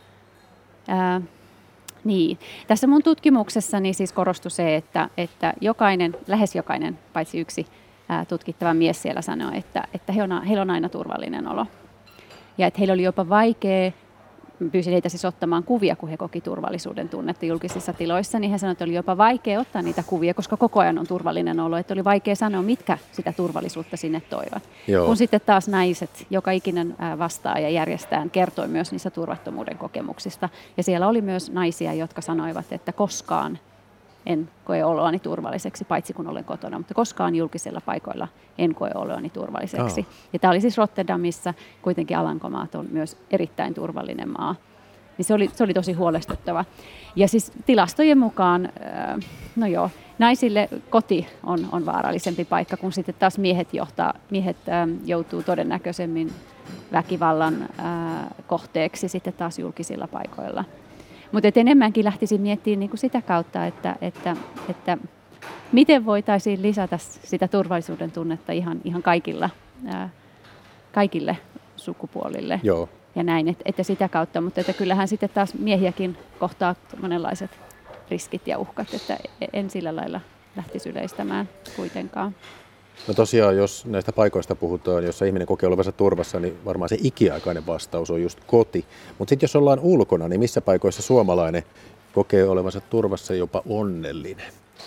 Ää, niin. Tässä mun tutkimuksessani siis korostui se, että, että jokainen, lähes jokainen, paitsi yksi ää, tutkittava mies siellä sanoi, että, että he on, heillä on aina turvallinen olo. Ja että heillä oli jopa vaikea, pyysin heitä siis ottamaan kuvia, kun he koki turvallisuuden tunnetta julkisissa tiloissa, niin he sanoivat, että oli jopa vaikea ottaa niitä kuvia, koska koko ajan on turvallinen olo, että oli vaikea sanoa, mitkä sitä turvallisuutta sinne toivat. Joo. Kun sitten taas naiset, joka ikinen vastaa ja järjestää, kertoi myös niistä turvattomuuden kokemuksista. Ja siellä oli myös naisia, jotka sanoivat, että koskaan en koe oloani turvalliseksi, paitsi kun olen kotona, mutta koskaan julkisilla paikoilla en koe oloani turvalliseksi. Oh. Ja tämä oli siis Rotterdamissa, kuitenkin Alankomaat on myös erittäin turvallinen maa. Niin se oli, se oli tosi huolestuttava. Ja siis tilastojen mukaan, no joo, naisille koti on, on vaarallisempi paikka, kun sitten taas miehet, johtaa, miehet joutuu todennäköisemmin väkivallan kohteeksi sitten taas julkisilla paikoilla. Mutta enemmänkin lähtisin miettimään niin kuin sitä kautta, että, että, että miten voitaisiin lisätä sitä turvallisuuden tunnetta ihan, ihan kaikilla, ää, kaikille sukupuolille. Joo. Ja näin, että, että sitä kautta. Mutta että kyllähän sitten taas miehiäkin kohtaa monenlaiset riskit ja uhkat, että en sillä lailla lähtisi yleistämään kuitenkaan. No tosiaan, jos näistä paikoista puhutaan, jossa ihminen kokee olevansa turvassa, niin varmaan se ikiaikainen vastaus on just koti. Mutta sitten jos ollaan ulkona, niin missä paikoissa suomalainen kokee olevansa turvassa jopa onnellinen?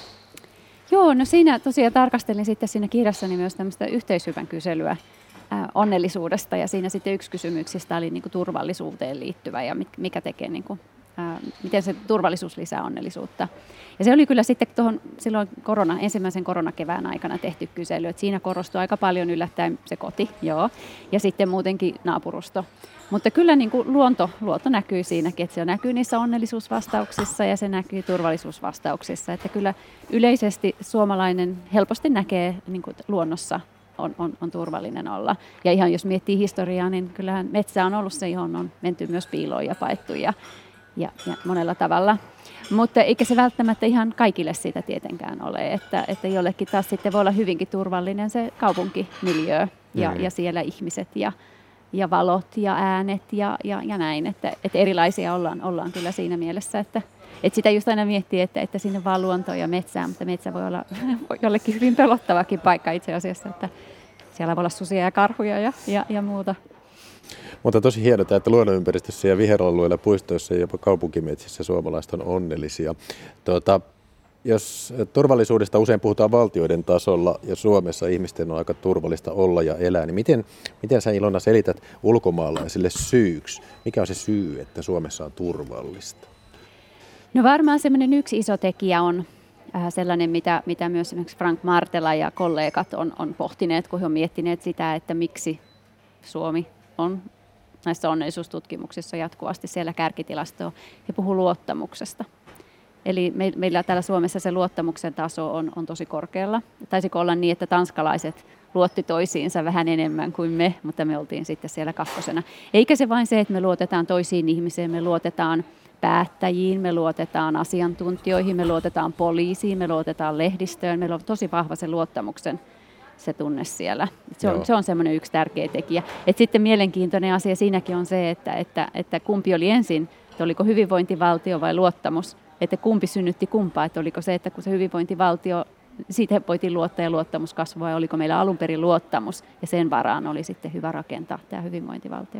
Joo, no siinä tosiaan tarkastelin sitten siinä kirjassani myös tämmöistä yhteishyvän kyselyä ää, onnellisuudesta. Ja siinä sitten yksi kysymyksistä oli niin kuin turvallisuuteen liittyvä ja mikä tekee, niin kuin, ää, miten se turvallisuus lisää onnellisuutta. Ja se oli kyllä sitten tuohon silloin korona, ensimmäisen koronakevään aikana tehty kysely, että siinä korostui aika paljon yllättäen se koti, joo, ja sitten muutenkin naapurusto. Mutta kyllä niin kuin luonto, luonto näkyy siinäkin, että se näkyy niissä onnellisuusvastauksissa ja se näkyy turvallisuusvastauksissa. Että kyllä yleisesti suomalainen helposti näkee niin kuin luonnossa on, on, on turvallinen olla. Ja ihan jos miettii historiaa, niin kyllähän metsä on ollut se, johon on menty myös piiloon ja paettu ja, ja, ja monella tavalla. Mutta eikä se välttämättä ihan kaikille siitä tietenkään ole, että, että jollekin taas sitten voi olla hyvinkin turvallinen se kaupunkimiljöö ja, mm. ja siellä ihmiset ja, ja valot ja äänet ja, ja, ja näin, että, että erilaisia ollaan, ollaan kyllä siinä mielessä, että, että sitä just aina miettii, että, että sinne vaan luontoa ja metsää, mutta metsä voi olla jollekin hyvin pelottavakin paikka itse asiassa, että siellä voi olla susia ja karhuja ja, ja, ja muuta. Mutta tosi hienoa, että luonnonympäristössä ja viheralueilla, puistoissa ja jopa kaupunkimetsissä suomalaiset on onnellisia. Tuota, jos turvallisuudesta usein puhutaan valtioiden tasolla ja Suomessa ihmisten on aika turvallista olla ja elää, niin miten, miten sä Ilona selität ulkomaalaisille syyksi? Mikä on se syy, että Suomessa on turvallista? No varmaan semmoinen yksi iso tekijä on sellainen, mitä, mitä myös esimerkiksi Frank Martela ja kollegat on, on pohtineet, kun he on miettineet sitä, että miksi Suomi on näissä onnellisuustutkimuksissa jatkuvasti siellä kärkitilastoa. He puhuu luottamuksesta. Eli me, meillä täällä Suomessa se luottamuksen taso on, on tosi korkealla. Taisiko olla niin, että tanskalaiset luotti toisiinsa vähän enemmän kuin me, mutta me oltiin sitten siellä kakkosena. Eikä se vain se, että me luotetaan toisiin ihmisiin, me luotetaan päättäjiin, me luotetaan asiantuntijoihin, me luotetaan poliisiin, me luotetaan lehdistöön. Meillä on tosi vahva se luottamuksen se tunne siellä. Se on, se on semmoinen yksi tärkeä tekijä. Et sitten mielenkiintoinen asia siinäkin on se, että, että, että kumpi oli ensin, että oliko hyvinvointivaltio vai luottamus, että kumpi synnytti kumpaa, että oliko se, että kun se hyvinvointivaltio, siitä voitiin luottaa ja luottamus kasvoi, ja oliko meillä alun perin luottamus, ja sen varaan oli sitten hyvä rakentaa tämä hyvinvointivaltio.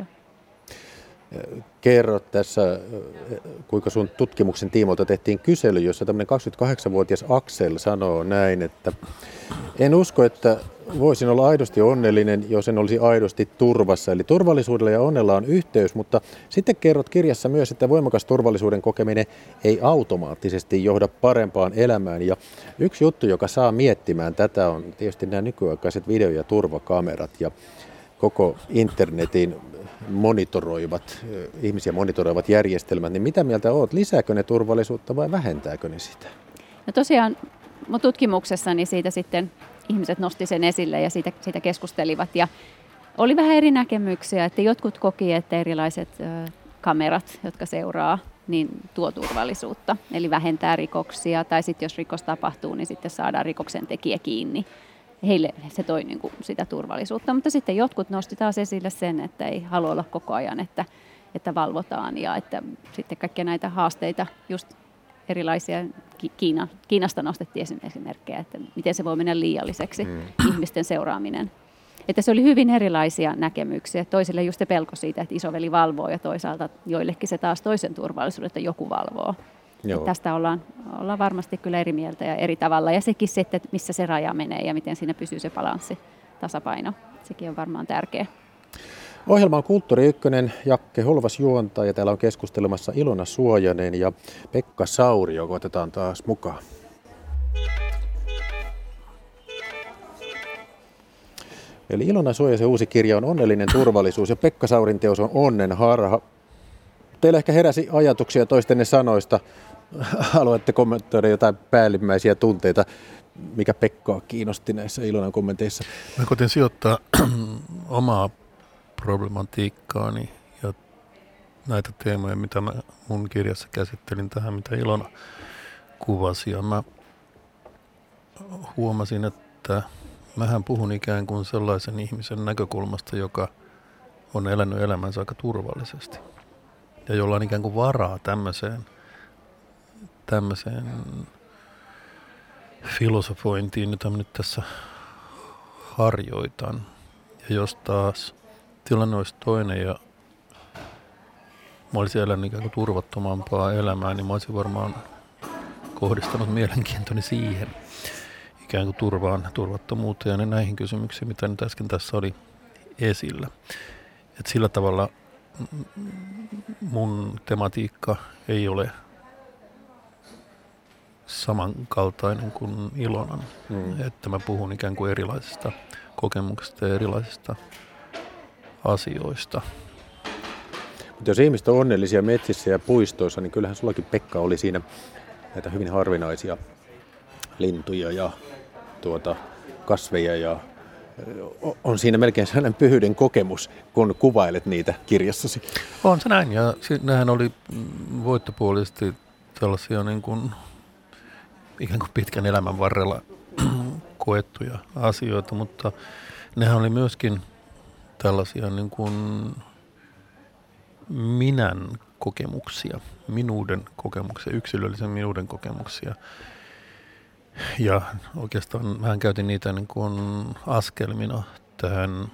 Kerro tässä, kuinka sun tutkimuksen tiimoilta tehtiin kysely, jossa tämmöinen kaksikymmentäkahdeksanvuotias Aksel sanoo näin, että en usko, että voisin olla aidosti onnellinen, jos en olisi aidosti turvassa. Eli turvallisuudella ja onnella on yhteys, mutta sitten kerrot kirjassa myös, että voimakas turvallisuuden kokeminen ei automaattisesti johda parempaan elämään. Ja yksi juttu, joka saa miettimään tätä, on tietysti nämä nykyaikaiset video- ja turvakamerat ja koko internetin monitoroivat, ihmisiä monitoroivat järjestelmät. Niin mitä mieltä olet? Lisääkö ne turvallisuutta vai vähentääkö ne sitä? No tosiaan mun tutkimuksessani siitä sitten ihmiset nosti sen esille ja siitä, siitä keskustelivat. Ja oli vähän eri näkemyksiä, että jotkut koki, että erilaiset ö, kamerat, jotka seuraa, niin tuo turvallisuutta. Eli vähentää rikoksia tai sitten jos rikos tapahtuu, niin sitten saadaan rikoksen tekijä kiinni. Heille se toi niin kuin sitä turvallisuutta, mutta sitten jotkut nosti taas esille sen, että ei halua olla koko ajan, että, että valvotaan ja että sitten kaikkia näitä haasteita just erilaisia, Kiina, Kiinasta nostettiin esimerkkejä, että miten se voi mennä liialliseksi, mm. ihmisten seuraaminen. Että se oli hyvin erilaisia näkemyksiä. Toisille just se pelko siitä, että isoveli valvoo ja toisaalta joillekin se taas toisen turvallisuuden, että joku valvoo. Tästä ollaan, ollaan varmasti kyllä eri mieltä ja eri tavalla. Ja sekin se, että missä se raja menee ja miten siinä pysyy se balanssi, tasapaino. Sekin on varmaan tärkeä. Ohjelma on Kulttuuri Ykkönen, Jakke Holvas juontaa ja täällä on keskustelemassa Ilona Suojanen ja Pekka Sauri, joka otetaan taas mukaan. Eli Ilona Suojasen uusi kirja on Onnellinen turvallisuus ja Pekka Saurin teos on Onnen harha. Teillä ehkä heräsi ajatuksia toistenne sanoista. Haluatte kommentoida jotain päällimmäisiä tunteita, mikä Pekkaa kiinnosti näissä Ilonan kommenteissa? Mä koitin sijoittaa omaa problematiikkaani ja näitä teemoja, mitä mä mun kirjassa käsittelin tähän, mitä Ilona kuvasi. Ja mä huomasin, että mähän puhun ikään kuin sellaisen ihmisen näkökulmasta, joka on elänyt elämänsä aika turvallisesti. Ja jolla on ikään kuin varaa tämmöiseen, tämmöiseen filosofointiin, jota mä nyt tässä harjoitan. Ja jos taas tilanne olisi toinen ja mä olisin elänyt ikään kuin turvattomampaa elämää, niin mä olisin varmaan kohdistanut mielenkiintoni siihen ikään kuin turvaan, turvattomuuteen ja näihin kysymyksiin, mitä nyt äsken tässä oli esillä. Et sillä tavalla mun tematiikka ei ole samankaltainen kuin Ilonan, mm. että mä puhun ikään kuin erilaisista kokemuksista ja erilaisista asioista. Mutta jos ihmiset on onnellisia metsissä ja puistoissa, niin kyllähän sullakin, Pekka, oli siinä näitä hyvin harvinaisia lintuja ja tuota, kasveja ja on siinä melkein sellainen pyhyyden kokemus, kun kuvailet niitä kirjassasi. On se näin, ja nehän oli voittopuolisesti tällaisia niin kuin, ikään kuin pitkän elämän varrella koettuja asioita, mutta nehän oli myöskin tällaisia niin kuin minän kokemuksia, minuuden kokemuksia, yksilöllisen minuuden kokemuksia. Ja oikeastaan vähän käytin niitä niin kuin askelmina tähän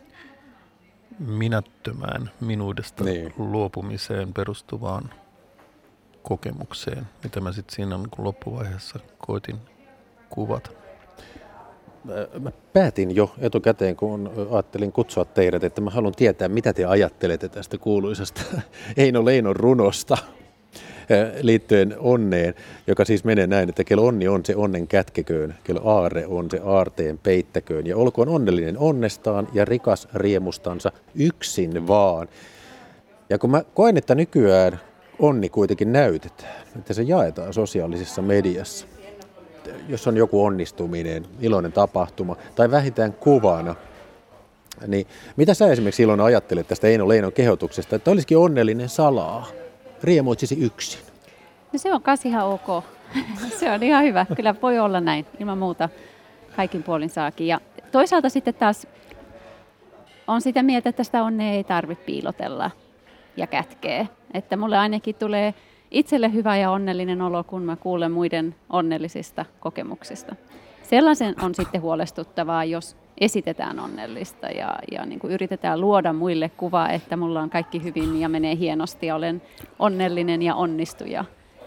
minättömään minuudesta niin. luopumiseen perustuvaan kokemukseen, mitä mä sitten siinä niin kuin loppuvaiheessa koitin kuvata. Mä päätin jo etukäteen, kun ajattelin kutsua teidät, että mä haluan tietää, mitä te ajattelette tästä kuuluisasta Eino Leinon runosta liittyen onneen, joka siis menee näin, että kel onni on se onnen kätkeköön, kel aarre on se aarteen peittäköön, ja olkoon onnellinen onnestaan ja rikas riemustansa yksin vaan. Ja kun mä koen, että nykyään onni kuitenkin näytetään, että se jaetaan sosiaalisessa mediassa, jos on joku onnistuminen, iloinen tapahtuma tai vähintään kuvana, niin mitä sä esimerkiksi Ilona ajattelet tästä Eino Leinon kehotuksesta, että olisikin onnellinen salaa? Riemuitsisi yksin. No se on kas ihan ok. Se on ihan hyvä. Kyllä voi olla näin. Ilman muuta kaikin puolin saakin. Ja toisaalta sitten taas on sitä mieltä, että sitä onnea ei tarvitse piilotella ja kätkeä. Että mulle ainakin tulee itselle hyvä ja onnellinen olo, kun mä kuulen muiden onnellisista kokemuksista. Sellaisen on sitten huolestuttavaa, jos esitetään onnellista ja, ja niin kuin yritetään luoda muille kuvaa, että mulla on kaikki hyvin ja menee hienosti ja olen onnellinen ja onnistuja.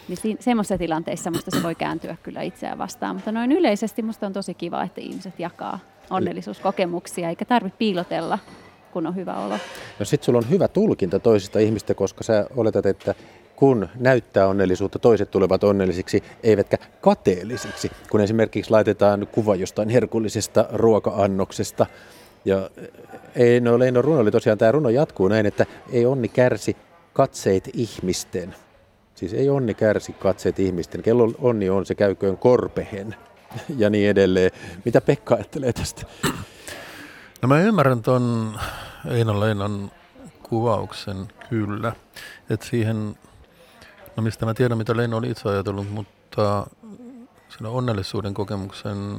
Niin si- semmoisissa tilanteissa musta se voi kääntyä kyllä itseään vastaan. Mutta noin yleisesti musta on tosi kiva, että ihmiset jakaa onnellisuuskokemuksia, eikä tarvitse piilotella, kun on hyvä olo. No sit sulla on hyvä tulkinta toisista ihmistä, koska sä oletat, että kun näyttää onnellisuutta, toiset tulevat onnellisiksi, eivätkä kateellisiksi. Kun esimerkiksi laitetaan kuva jostain herkullisesta ruoka-annoksesta. Ja Eino Leinon runo oli tosiaan, tämä runo jatkuu näin, että ei onni kärsi katseet ihmisten. Siis ei onni kärsi katseet ihmisten. Kello onni on, se käyköön korpehen ja niin edelleen. Mitä Pekka ajattelee tästä? No mä ymmärrän ton Eino Leinon kuvauksen kyllä. Että siihen, no mistä mä tiedän mitä Leino oli itse ajatellut, mutta siinä onnellisuuden kokemuksen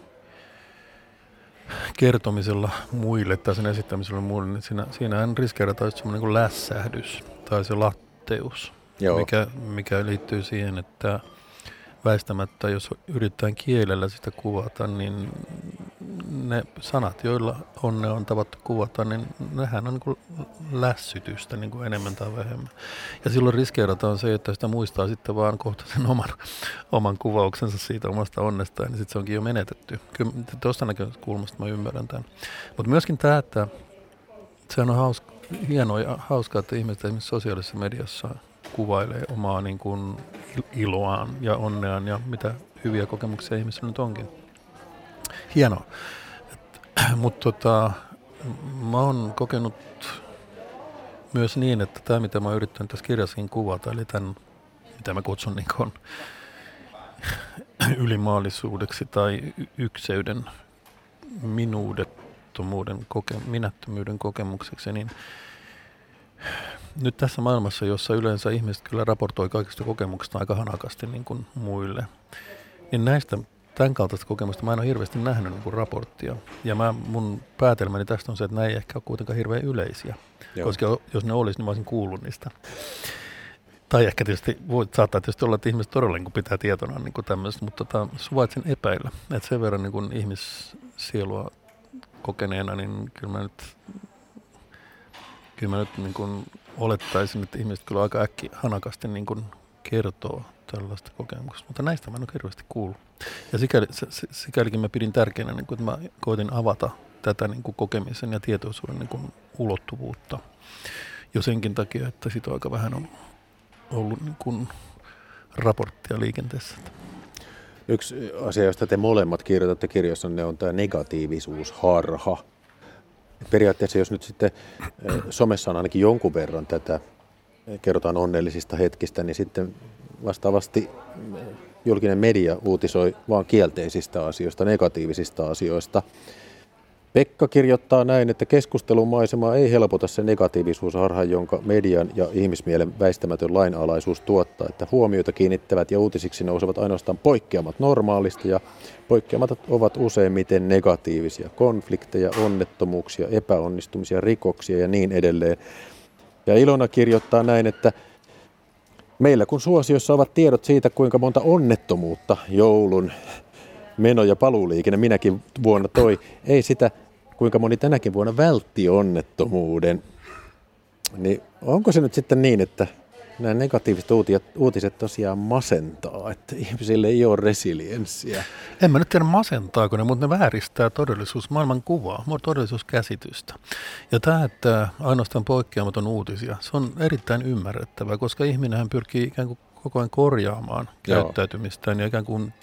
kertomisella muille tai sen esittämisellä muille, niin siinä, siinähän riskeerataan semmoinen kuin lässähdys tai se latteus, mikä, mikä liittyy siihen, että väistämättä, jos yritetään kielellä sitä kuvata, niin ne sanat, joilla onne on tavattu kuvata, niin nehän on niin kuin lässytystä niin kuin enemmän tai vähemmän. Ja silloin riskeerataan se, että sitä muistaa sitten vaan kohta sen oman, oman kuvauksensa siitä omasta onnestaan, niin sitten se onkin jo menetetty. Kyllä tuosta näkökulmasta mä ymmärrän tämän. Mutta myöskin tämä, että sehän on hauska, hienoa ja hauskaa, että ihmiset esimerkiksi sosiaalisessa mediassa kuvailee omaa niin kuin iloaan ja onneaan ja mitä hyviä kokemuksia ihmisillä nyt onkin. Hienoa. Mutta tota, mä oon kokenut myös niin, että tämä mitä mä oon yrittänyt tässä kirjassakin kuvata, eli tämän, mitä mä kutsun niin kuin ylimaallisuudeksi tai y- ykseyden, minuudettomuuden, koke- minättömyyden kokemukseksi, niin nyt tässä maailmassa, jossa yleensä ihmiset kyllä raportoi kaikista kokemuksista aika hanakasti niin kuin muille, niin näistä tämän kaltaista kokemusta mä en ole hirveästi nähnyt niin kuin raporttia. Ja mä, mun päätelmäni tästä on se, että nämä ei ehkä ole kuitenkaan hirveän yleisiä. Joo. Koska jos ne olisi, niin mä olisin kuullut niistä. Tai ehkä tietysti voi, saattaa tietysti olla, että ihmiset todella niin kuin pitää tietona niin kuin tämmöistä, mutta tota, suvaitsen epäillä. Että sen verran niin kuin ihmissielua kokeneena, niin kyllä mä nyt, kyllä mä nyt niin kuin olettaisin, että ihmiset kyllä aika äkki hanakasti niin kuin kertoo tällaista kokemuksesta, mutta näistä mä en ole hirveästi kuullut. Ja sikäli, sikälikin mä pidin tärkeänä, niin kun, että mä koitin avata tätä niin kuin kokemisen ja tietoisuuden niin kuin ulottuvuutta. Jo senkin takia, että siitä aika vähän on ollut niin kuin raporttia liikenteessä. Yksi asia, josta te molemmat kirjoitatte kirjassa, ne on tämä negatiivisuusharha. Periaatteessa jos nyt sitten somessa on ainakin jonkun verran tätä, kerrotaan onnellisista hetkistä, niin sitten vastaavasti julkinen media uutisoi vain kielteisistä asioista, negatiivisista asioista. Pekka kirjoittaa näin, että keskustelun maisemaa ei helpota se negatiivisuusharha, jonka median ja ihmismielen väistämätön lainalaisuus tuottaa, että huomiota kiinnittävät ja uutisiksi nousevat ainoastaan poikkeamat normaalista, ja poikkeamat ovat useimmiten negatiivisia, konflikteja, onnettomuuksia, epäonnistumisia, rikoksia ja niin edelleen. Ja Ilona kirjoittaa näin, että meillä kun suosiossa ovat tiedot siitä, kuinka monta onnettomuutta joulun meno- ja paluuliikenne minäkin vuonna toi, ei sitä, kuinka moni tänäkin vuonna vältti onnettomuuden. Niin onko se nyt sitten niin, että nämä negatiiviset uutiset tosiaan masentaa, että ihmisille ei ole resilienssiä? En mä nyt tiedä masentaako ne, mutta ne vääristää todellisuus, maailman kuvaa, todellisuuskäsitystä. Ja tämä, että ainoastaan poikkeamaton uutisia, se on erittäin ymmärrettävää, koska ihminenhän pyrkii ikään kuin koko ajan korjaamaan Joo. käyttäytymistään ja ikään kuin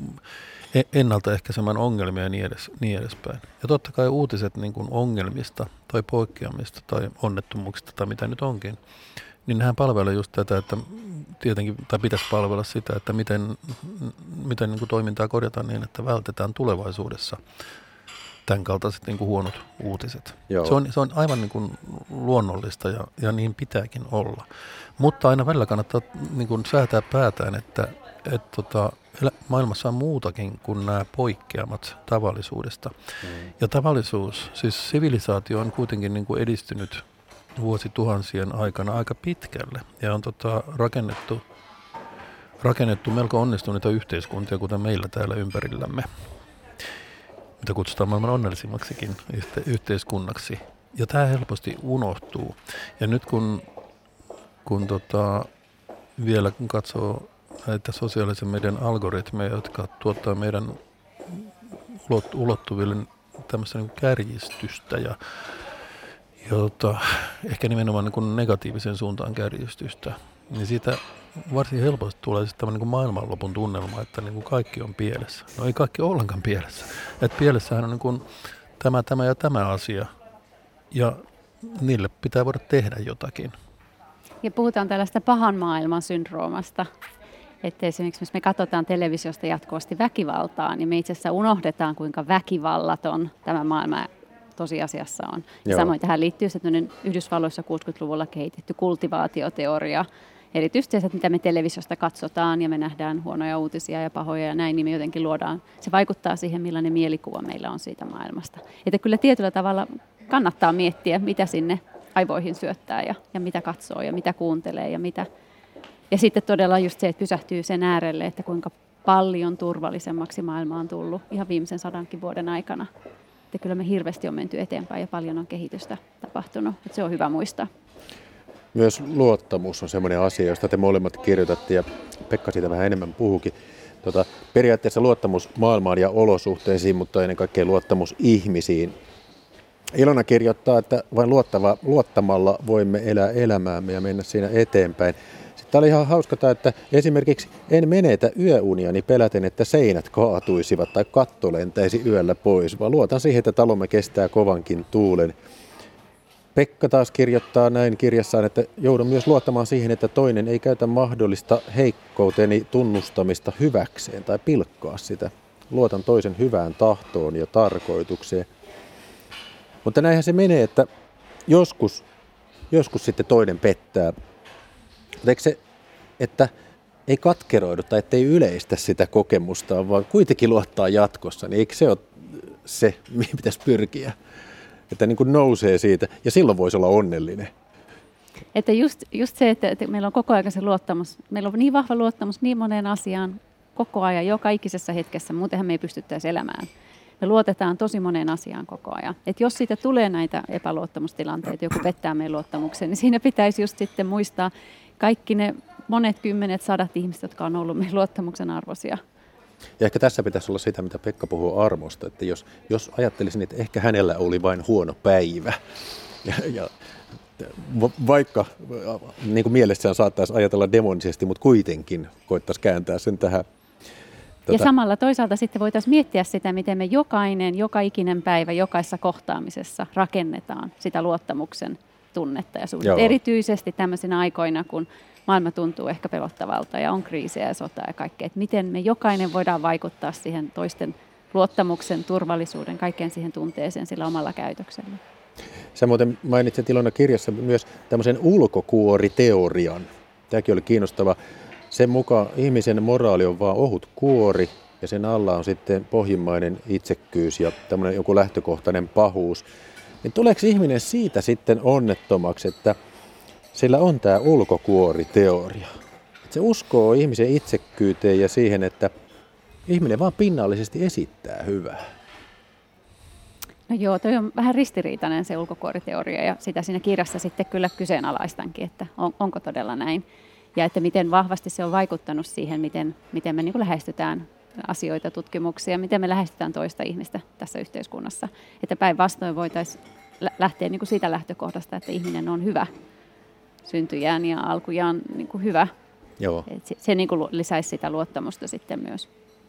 ennaltaehkäisemään ongelmia ja niin, edes, niin edespäin. Ja totta kai uutiset niin kuin ongelmista tai poikkeamista tai onnettomuuksista tai mitä nyt onkin, niin nehän palvelee just tätä, että tietenkin, tai pitäisi palvella sitä, että miten, miten niin kuin toimintaa korjataan niin, että vältetään tulevaisuudessa tämän kaltaiset niin kuin huonot uutiset. Se on, se on aivan niin kuin luonnollista ja, ja niin pitääkin olla. Mutta aina välillä kannattaa niin kuin säätää päätään, että et, tota, maailmassa on muutakin kuin nämä poikkeamat tavallisuudesta. Mm. Ja tavallisuus, siis sivilisaatio on kuitenkin niin kuin edistynyt vuosituhansien aikana aika pitkälle ja on tota, rakennettu, rakennettu melko onnistuneita yhteiskuntia, kuten meillä täällä ympärillämme, mitä kutsutaan maailman onnellisimmaksikin yhteiskunnaksi. Ja tämä helposti unohtuu. Ja nyt kun, kun tota, vielä kun katsoo näitä sosiaalisen median algoritmeja, jotka tuottaa meidän ulottuville tämmöistä niin kärjistystä ja jota, ehkä nimenomaan niin negatiivisen suuntaan kärjistystä, niin siitä varsin helposti tulee sitten niin maailmanlopun tunnelma, että niin kuin kaikki on pielessä. No ei kaikki ole ollenkaan pielessä. Että pielessähän on niin kuin tämä, tämä ja tämä asia, ja niille pitää voida tehdä jotakin. Ja puhutaan tällaista pahan maailman syndroomasta, että esimerkiksi jos me katsotaan televisiosta jatkuvasti väkivaltaa, niin me itse asiassa unohdetaan, kuinka väkivallaton tämä maailma tosiasiassa on. Ja samoin tähän liittyy se Yhdysvalloissa kuusikymmentäluvulla kehitetty kultivaatioteoria, erityisesti se, että mitä me televisiosta katsotaan ja me nähdään huonoja uutisia ja pahoja ja näin, niin me jotenkin luodaan, se vaikuttaa siihen, millainen mielikuva meillä on siitä maailmasta. Että kyllä tietyllä tavalla kannattaa miettiä, mitä sinne aivoihin syöttää ja, ja mitä katsoo ja mitä kuuntelee ja mitä. Ja sitten todella just se, että pysähtyy sen äärelle, että kuinka paljon turvallisemmaksi maailma on tullut ihan viimeisen sadankin vuoden aikana. Että kyllä me hirveästi on menty eteenpäin ja paljon on kehitystä tapahtunut. Että se on hyvä muistaa. Myös luottamus on semmoinen asia, josta te molemmat kirjoitatte ja Pekka siitä vähän enemmän puhukin. Tota, periaatteessa luottamus maailmaan ja olosuhteisiin, mutta ennen kaikkea luottamus ihmisiin. Ilona kirjoittaa, että vain luottava, luottamalla voimme elää elämäämme ja mennä siinä eteenpäin. Sitten oli ihan hauska, että esimerkiksi en menetä yöuniani peläten, että seinät kaatuisivat tai katto lentäisi yöllä pois, vaan luotan siihen, että talomme kestää kovankin tuulen. Pekka taas kirjoittaa näin kirjassaan, että joudun myös luottamaan siihen, että toinen ei käytä mahdollista heikkouteni tunnustamista hyväkseen tai pilkkaa sitä. Luotan toisen hyvään tahtoon ja tarkoitukseen. Mutta näinhän se menee, että joskus, joskus sitten toinen pettää. Mutta eikö se, että ei katkeroidu tai ettei yleistä sitä kokemustaan, vaan kuitenkin luottaa jatkossa, niin eikö se ole se, mihin pitäisi pyrkiä? Että niin kuin nousee siitä ja silloin voisi olla onnellinen. Että just, just se, että, että meillä on koko ajan se luottamus, meillä on niin vahva luottamus niin moneen asiaan koko ajan, joka ikisessä hetkessä, muutenhan me ei pystyttäisi elämään. Me luotetaan tosi moneen asiaan koko ajan. Että jos siitä tulee näitä epäluottamustilanteita, joku pettää meidän luottamuksen, niin siinä pitäisi just sitten muistaa kaikki ne monet kymmenet, sadat ihmiset, jotka on ollut meidän luottamuksen arvoisia. Ja ehkä tässä pitäisi olla sitä, mitä Pekka puhuu armosta, että jos, jos ajattelisin, että ehkä hänellä oli vain huono päivä, ja, ja vaikka niin kuin mielessään saattaisi ajatella demonisesti, mutta kuitenkin koittaisi kääntää sen tähän. Tota. Ja samalla toisaalta sitten voitaisiin miettiä sitä, miten me jokainen, joka ikinen päivä, jokaisessa kohtaamisessa rakennetaan sitä luottamuksen tunnetta ja suhdetta. Erityisesti tämmöisinä aikoina, kun maailma tuntuu ehkä pelottavalta ja on kriisejä ja sotaa ja kaikkea. Että miten me jokainen voidaan vaikuttaa siihen toisten luottamuksen, turvallisuuden, kaikkeen siihen tunteeseen sillä omalla käytöksellä. Sä muuten mainitsit Ilona kirjassa myös tämmöisen ulkokuoriteorian. Tämäkin oli kiinnostava. Sen mukaan ihmisen moraali on vaan ohut kuori ja sen alla on sitten pohjimmainen itsekkyys ja tämmöinen joku lähtökohtainen pahuus. Niin tuleeko ihminen siitä sitten onnettomaksi, että sillä on tämä ulkokuoriteoria? Että se uskoo ihmisen itsekkyyteen ja siihen, että ihminen vaan pinnallisesti esittää hyvää. No joo, toi on vähän ristiriitainen se ulkokuoriteoria ja sitä siinä kirjassa sitten kyllä kyseenalaistankin, että on, onko todella näin. Ja että miten vahvasti se on vaikuttanut siihen, miten, miten me niin kuin lähestytään asioita, tutkimuksia, miten me lähestytään toista ihmistä tässä yhteiskunnassa. Että päinvastoin voitaisiin lähteä niin kuin siitä lähtökohdasta, että ihminen on hyvä syntyjään ja alkujaan niin kuin hyvä. Joo. Et se se niin kuin lisäisi sitä luottamusta sitten myös.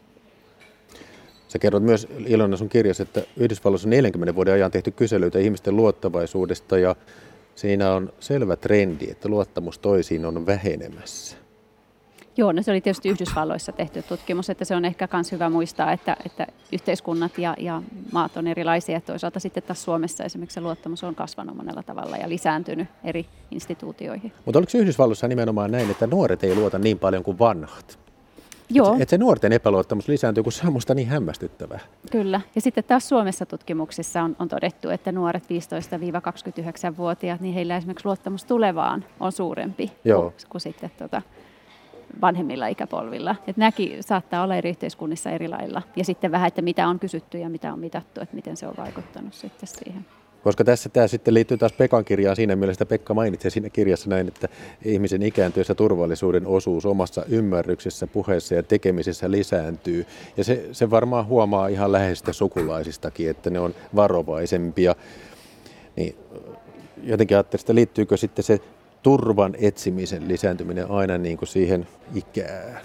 Sä kerrot myös, Ilona, sun kirjassa, että Yhdysvalloissa on neljänkymmenen vuoden ajan tehty kyselyitä ihmisten luottavaisuudesta ja siinä on selvä trendi, että luottamus toisiin on vähenemässä. Joo, no se oli tietysti Yhdysvalloissa tehty tutkimus, että se on ehkä myös hyvä muistaa, että, että yhteiskunnat ja, ja maat on erilaisia. Toisaalta sitten taas Suomessa esimerkiksi se luottamus on kasvanut monella tavalla ja lisääntynyt eri instituutioihin. Mutta oliko Yhdysvalloissa nimenomaan näin, että nuoret ei luota niin paljon kuin vanhat? Joo. Että se, et se nuorten epäluottamus lisääntyy, kun se on musta niin hämmästyttävää. Kyllä. Ja sitten taas Suomessa tutkimuksissa on, on todettu, että nuoret viisitoista kaksikymmentäyhdeksän-vuotiaat, niin heillä esimerkiksi luottamus tulevaan on suurempi kuin, kuin sitten tuota, vanhemmilla ikäpolvilla. Että nämäkin saattaa olla eri yhteiskunnissa eri lailla. Ja sitten vähän, että mitä on kysytty ja mitä on mitattu, että miten se on vaikuttanut sitten siihen. Koska tässä tämä sitten liittyy taas Pekan kirjaan siinä mielessä, että Pekka mainitsee siinä kirjassa näin, että ihmisen ikääntyessä turvallisuuden osuus omassa ymmärryksessä, puheessa ja tekemisessä lisääntyy. Ja se, se varmaan huomaa ihan läheisistä sukulaisistakin, että ne on varovaisempia. Niin, jotenkin ajattelin, että liittyykö sitten se turvan etsimisen lisääntyminen aina niin kuin siihen ikään?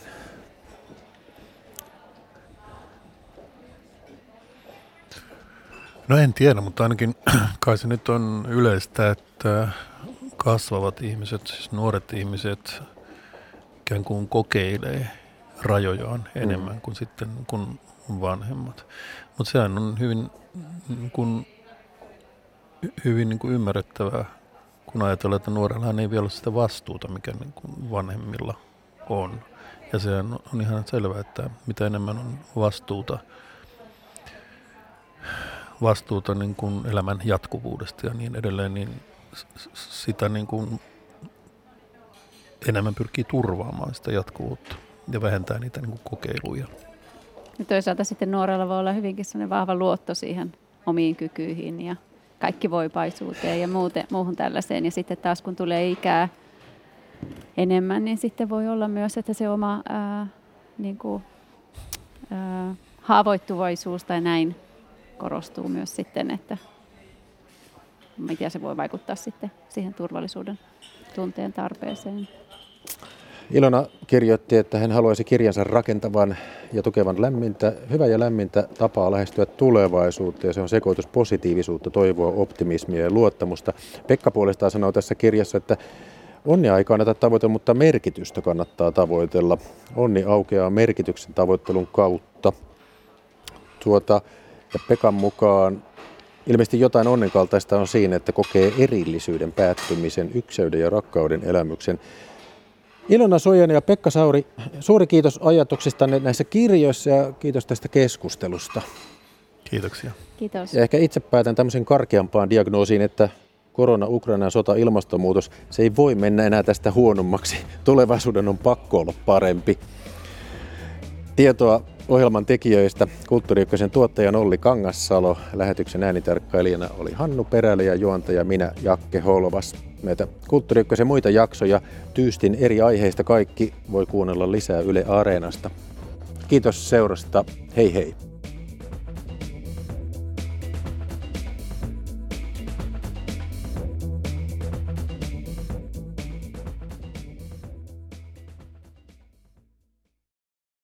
No en tiedä, mutta ainakin kai se nyt on yleistä, että kasvavat ihmiset, siis nuoret ihmiset ikään kuin kokeilee rajojaan enemmän mm. kuin sitten kuin vanhemmat. Mutta sehän on hyvin, niin kuin, hyvin niin kuin ymmärrettävää, kun ajatellaan, että nuorellahan ei vielä ole sitä vastuuta, mikä niin kuin vanhemmilla on. Ja se on, on ihan selvää, että mitä enemmän on vastuuta, vastuuta niin kuin elämän jatkuvuudesta ja niin edelleen, niin sitä niin kuin enemmän pyrkii turvaamaan sitä jatkuvuutta ja vähentää niitä niin kuin kokeiluja. Ja toisaalta sitten nuorella voi olla hyvinkin sellainen vahva luotto siihen omiin kykyihin ja kaikkivoipaisuuteen ja muuten, muuhun tällaiseen. Ja sitten taas kun tulee ikää enemmän, niin sitten voi olla myös, että se oma ää, niin kuin, ää, haavoittuvaisuus tai näin korostuu myös sitten, että miten se voi vaikuttaa sitten siihen turvallisuuden tunteen tarpeeseen. Ilona kirjoitti, että hän haluaisi kirjansa rakentavan ja tukevan lämmintä, hyvä ja lämmintä tapaa lähestyä tulevaisuutta, ja se on sekoitus positiivisuutta, toivoa, optimismia ja luottamusta. Pekka puolestaan sanoo tässä kirjassa, että onnea ei kannata tavoitella, mutta merkitystä kannattaa tavoitella. Onni aukeaa merkityksen tavoittelun kautta. Tuota, ja Pekan mukaan ilmeisesti jotain onnenkaltaista on siinä, että kokee erillisyyden päättymisen, ykseyden ja rakkauden elämyksen. Ilona Sojanen ja Pekka Sauri, suuri kiitos ajatuksistanne näissä kirjoissa ja kiitos tästä keskustelusta. Kiitoksia. Kiitos. Ja ehkä itse päätän tämmöisen karkeampaan diagnoosiin, että korona, Ukrainan sota, ilmastonmuutos, se ei voi mennä enää tästä huonommaksi. Tulevaisuuden on pakko olla parempi. Tietoa ohjelman tekijöistä Kulttuuri Ykkösen tuottaja Olli Kangassalo, lähetyksen äänitarkkailijana oli Hannu Perälä ja juontaja minä Jakke Holvas. Meitä Kulttuuri Ykkösen muita jaksoja tyystin eri aiheista kaikki voi kuunnella lisää Yle Areenasta. Kiitos seurasta. Hei hei.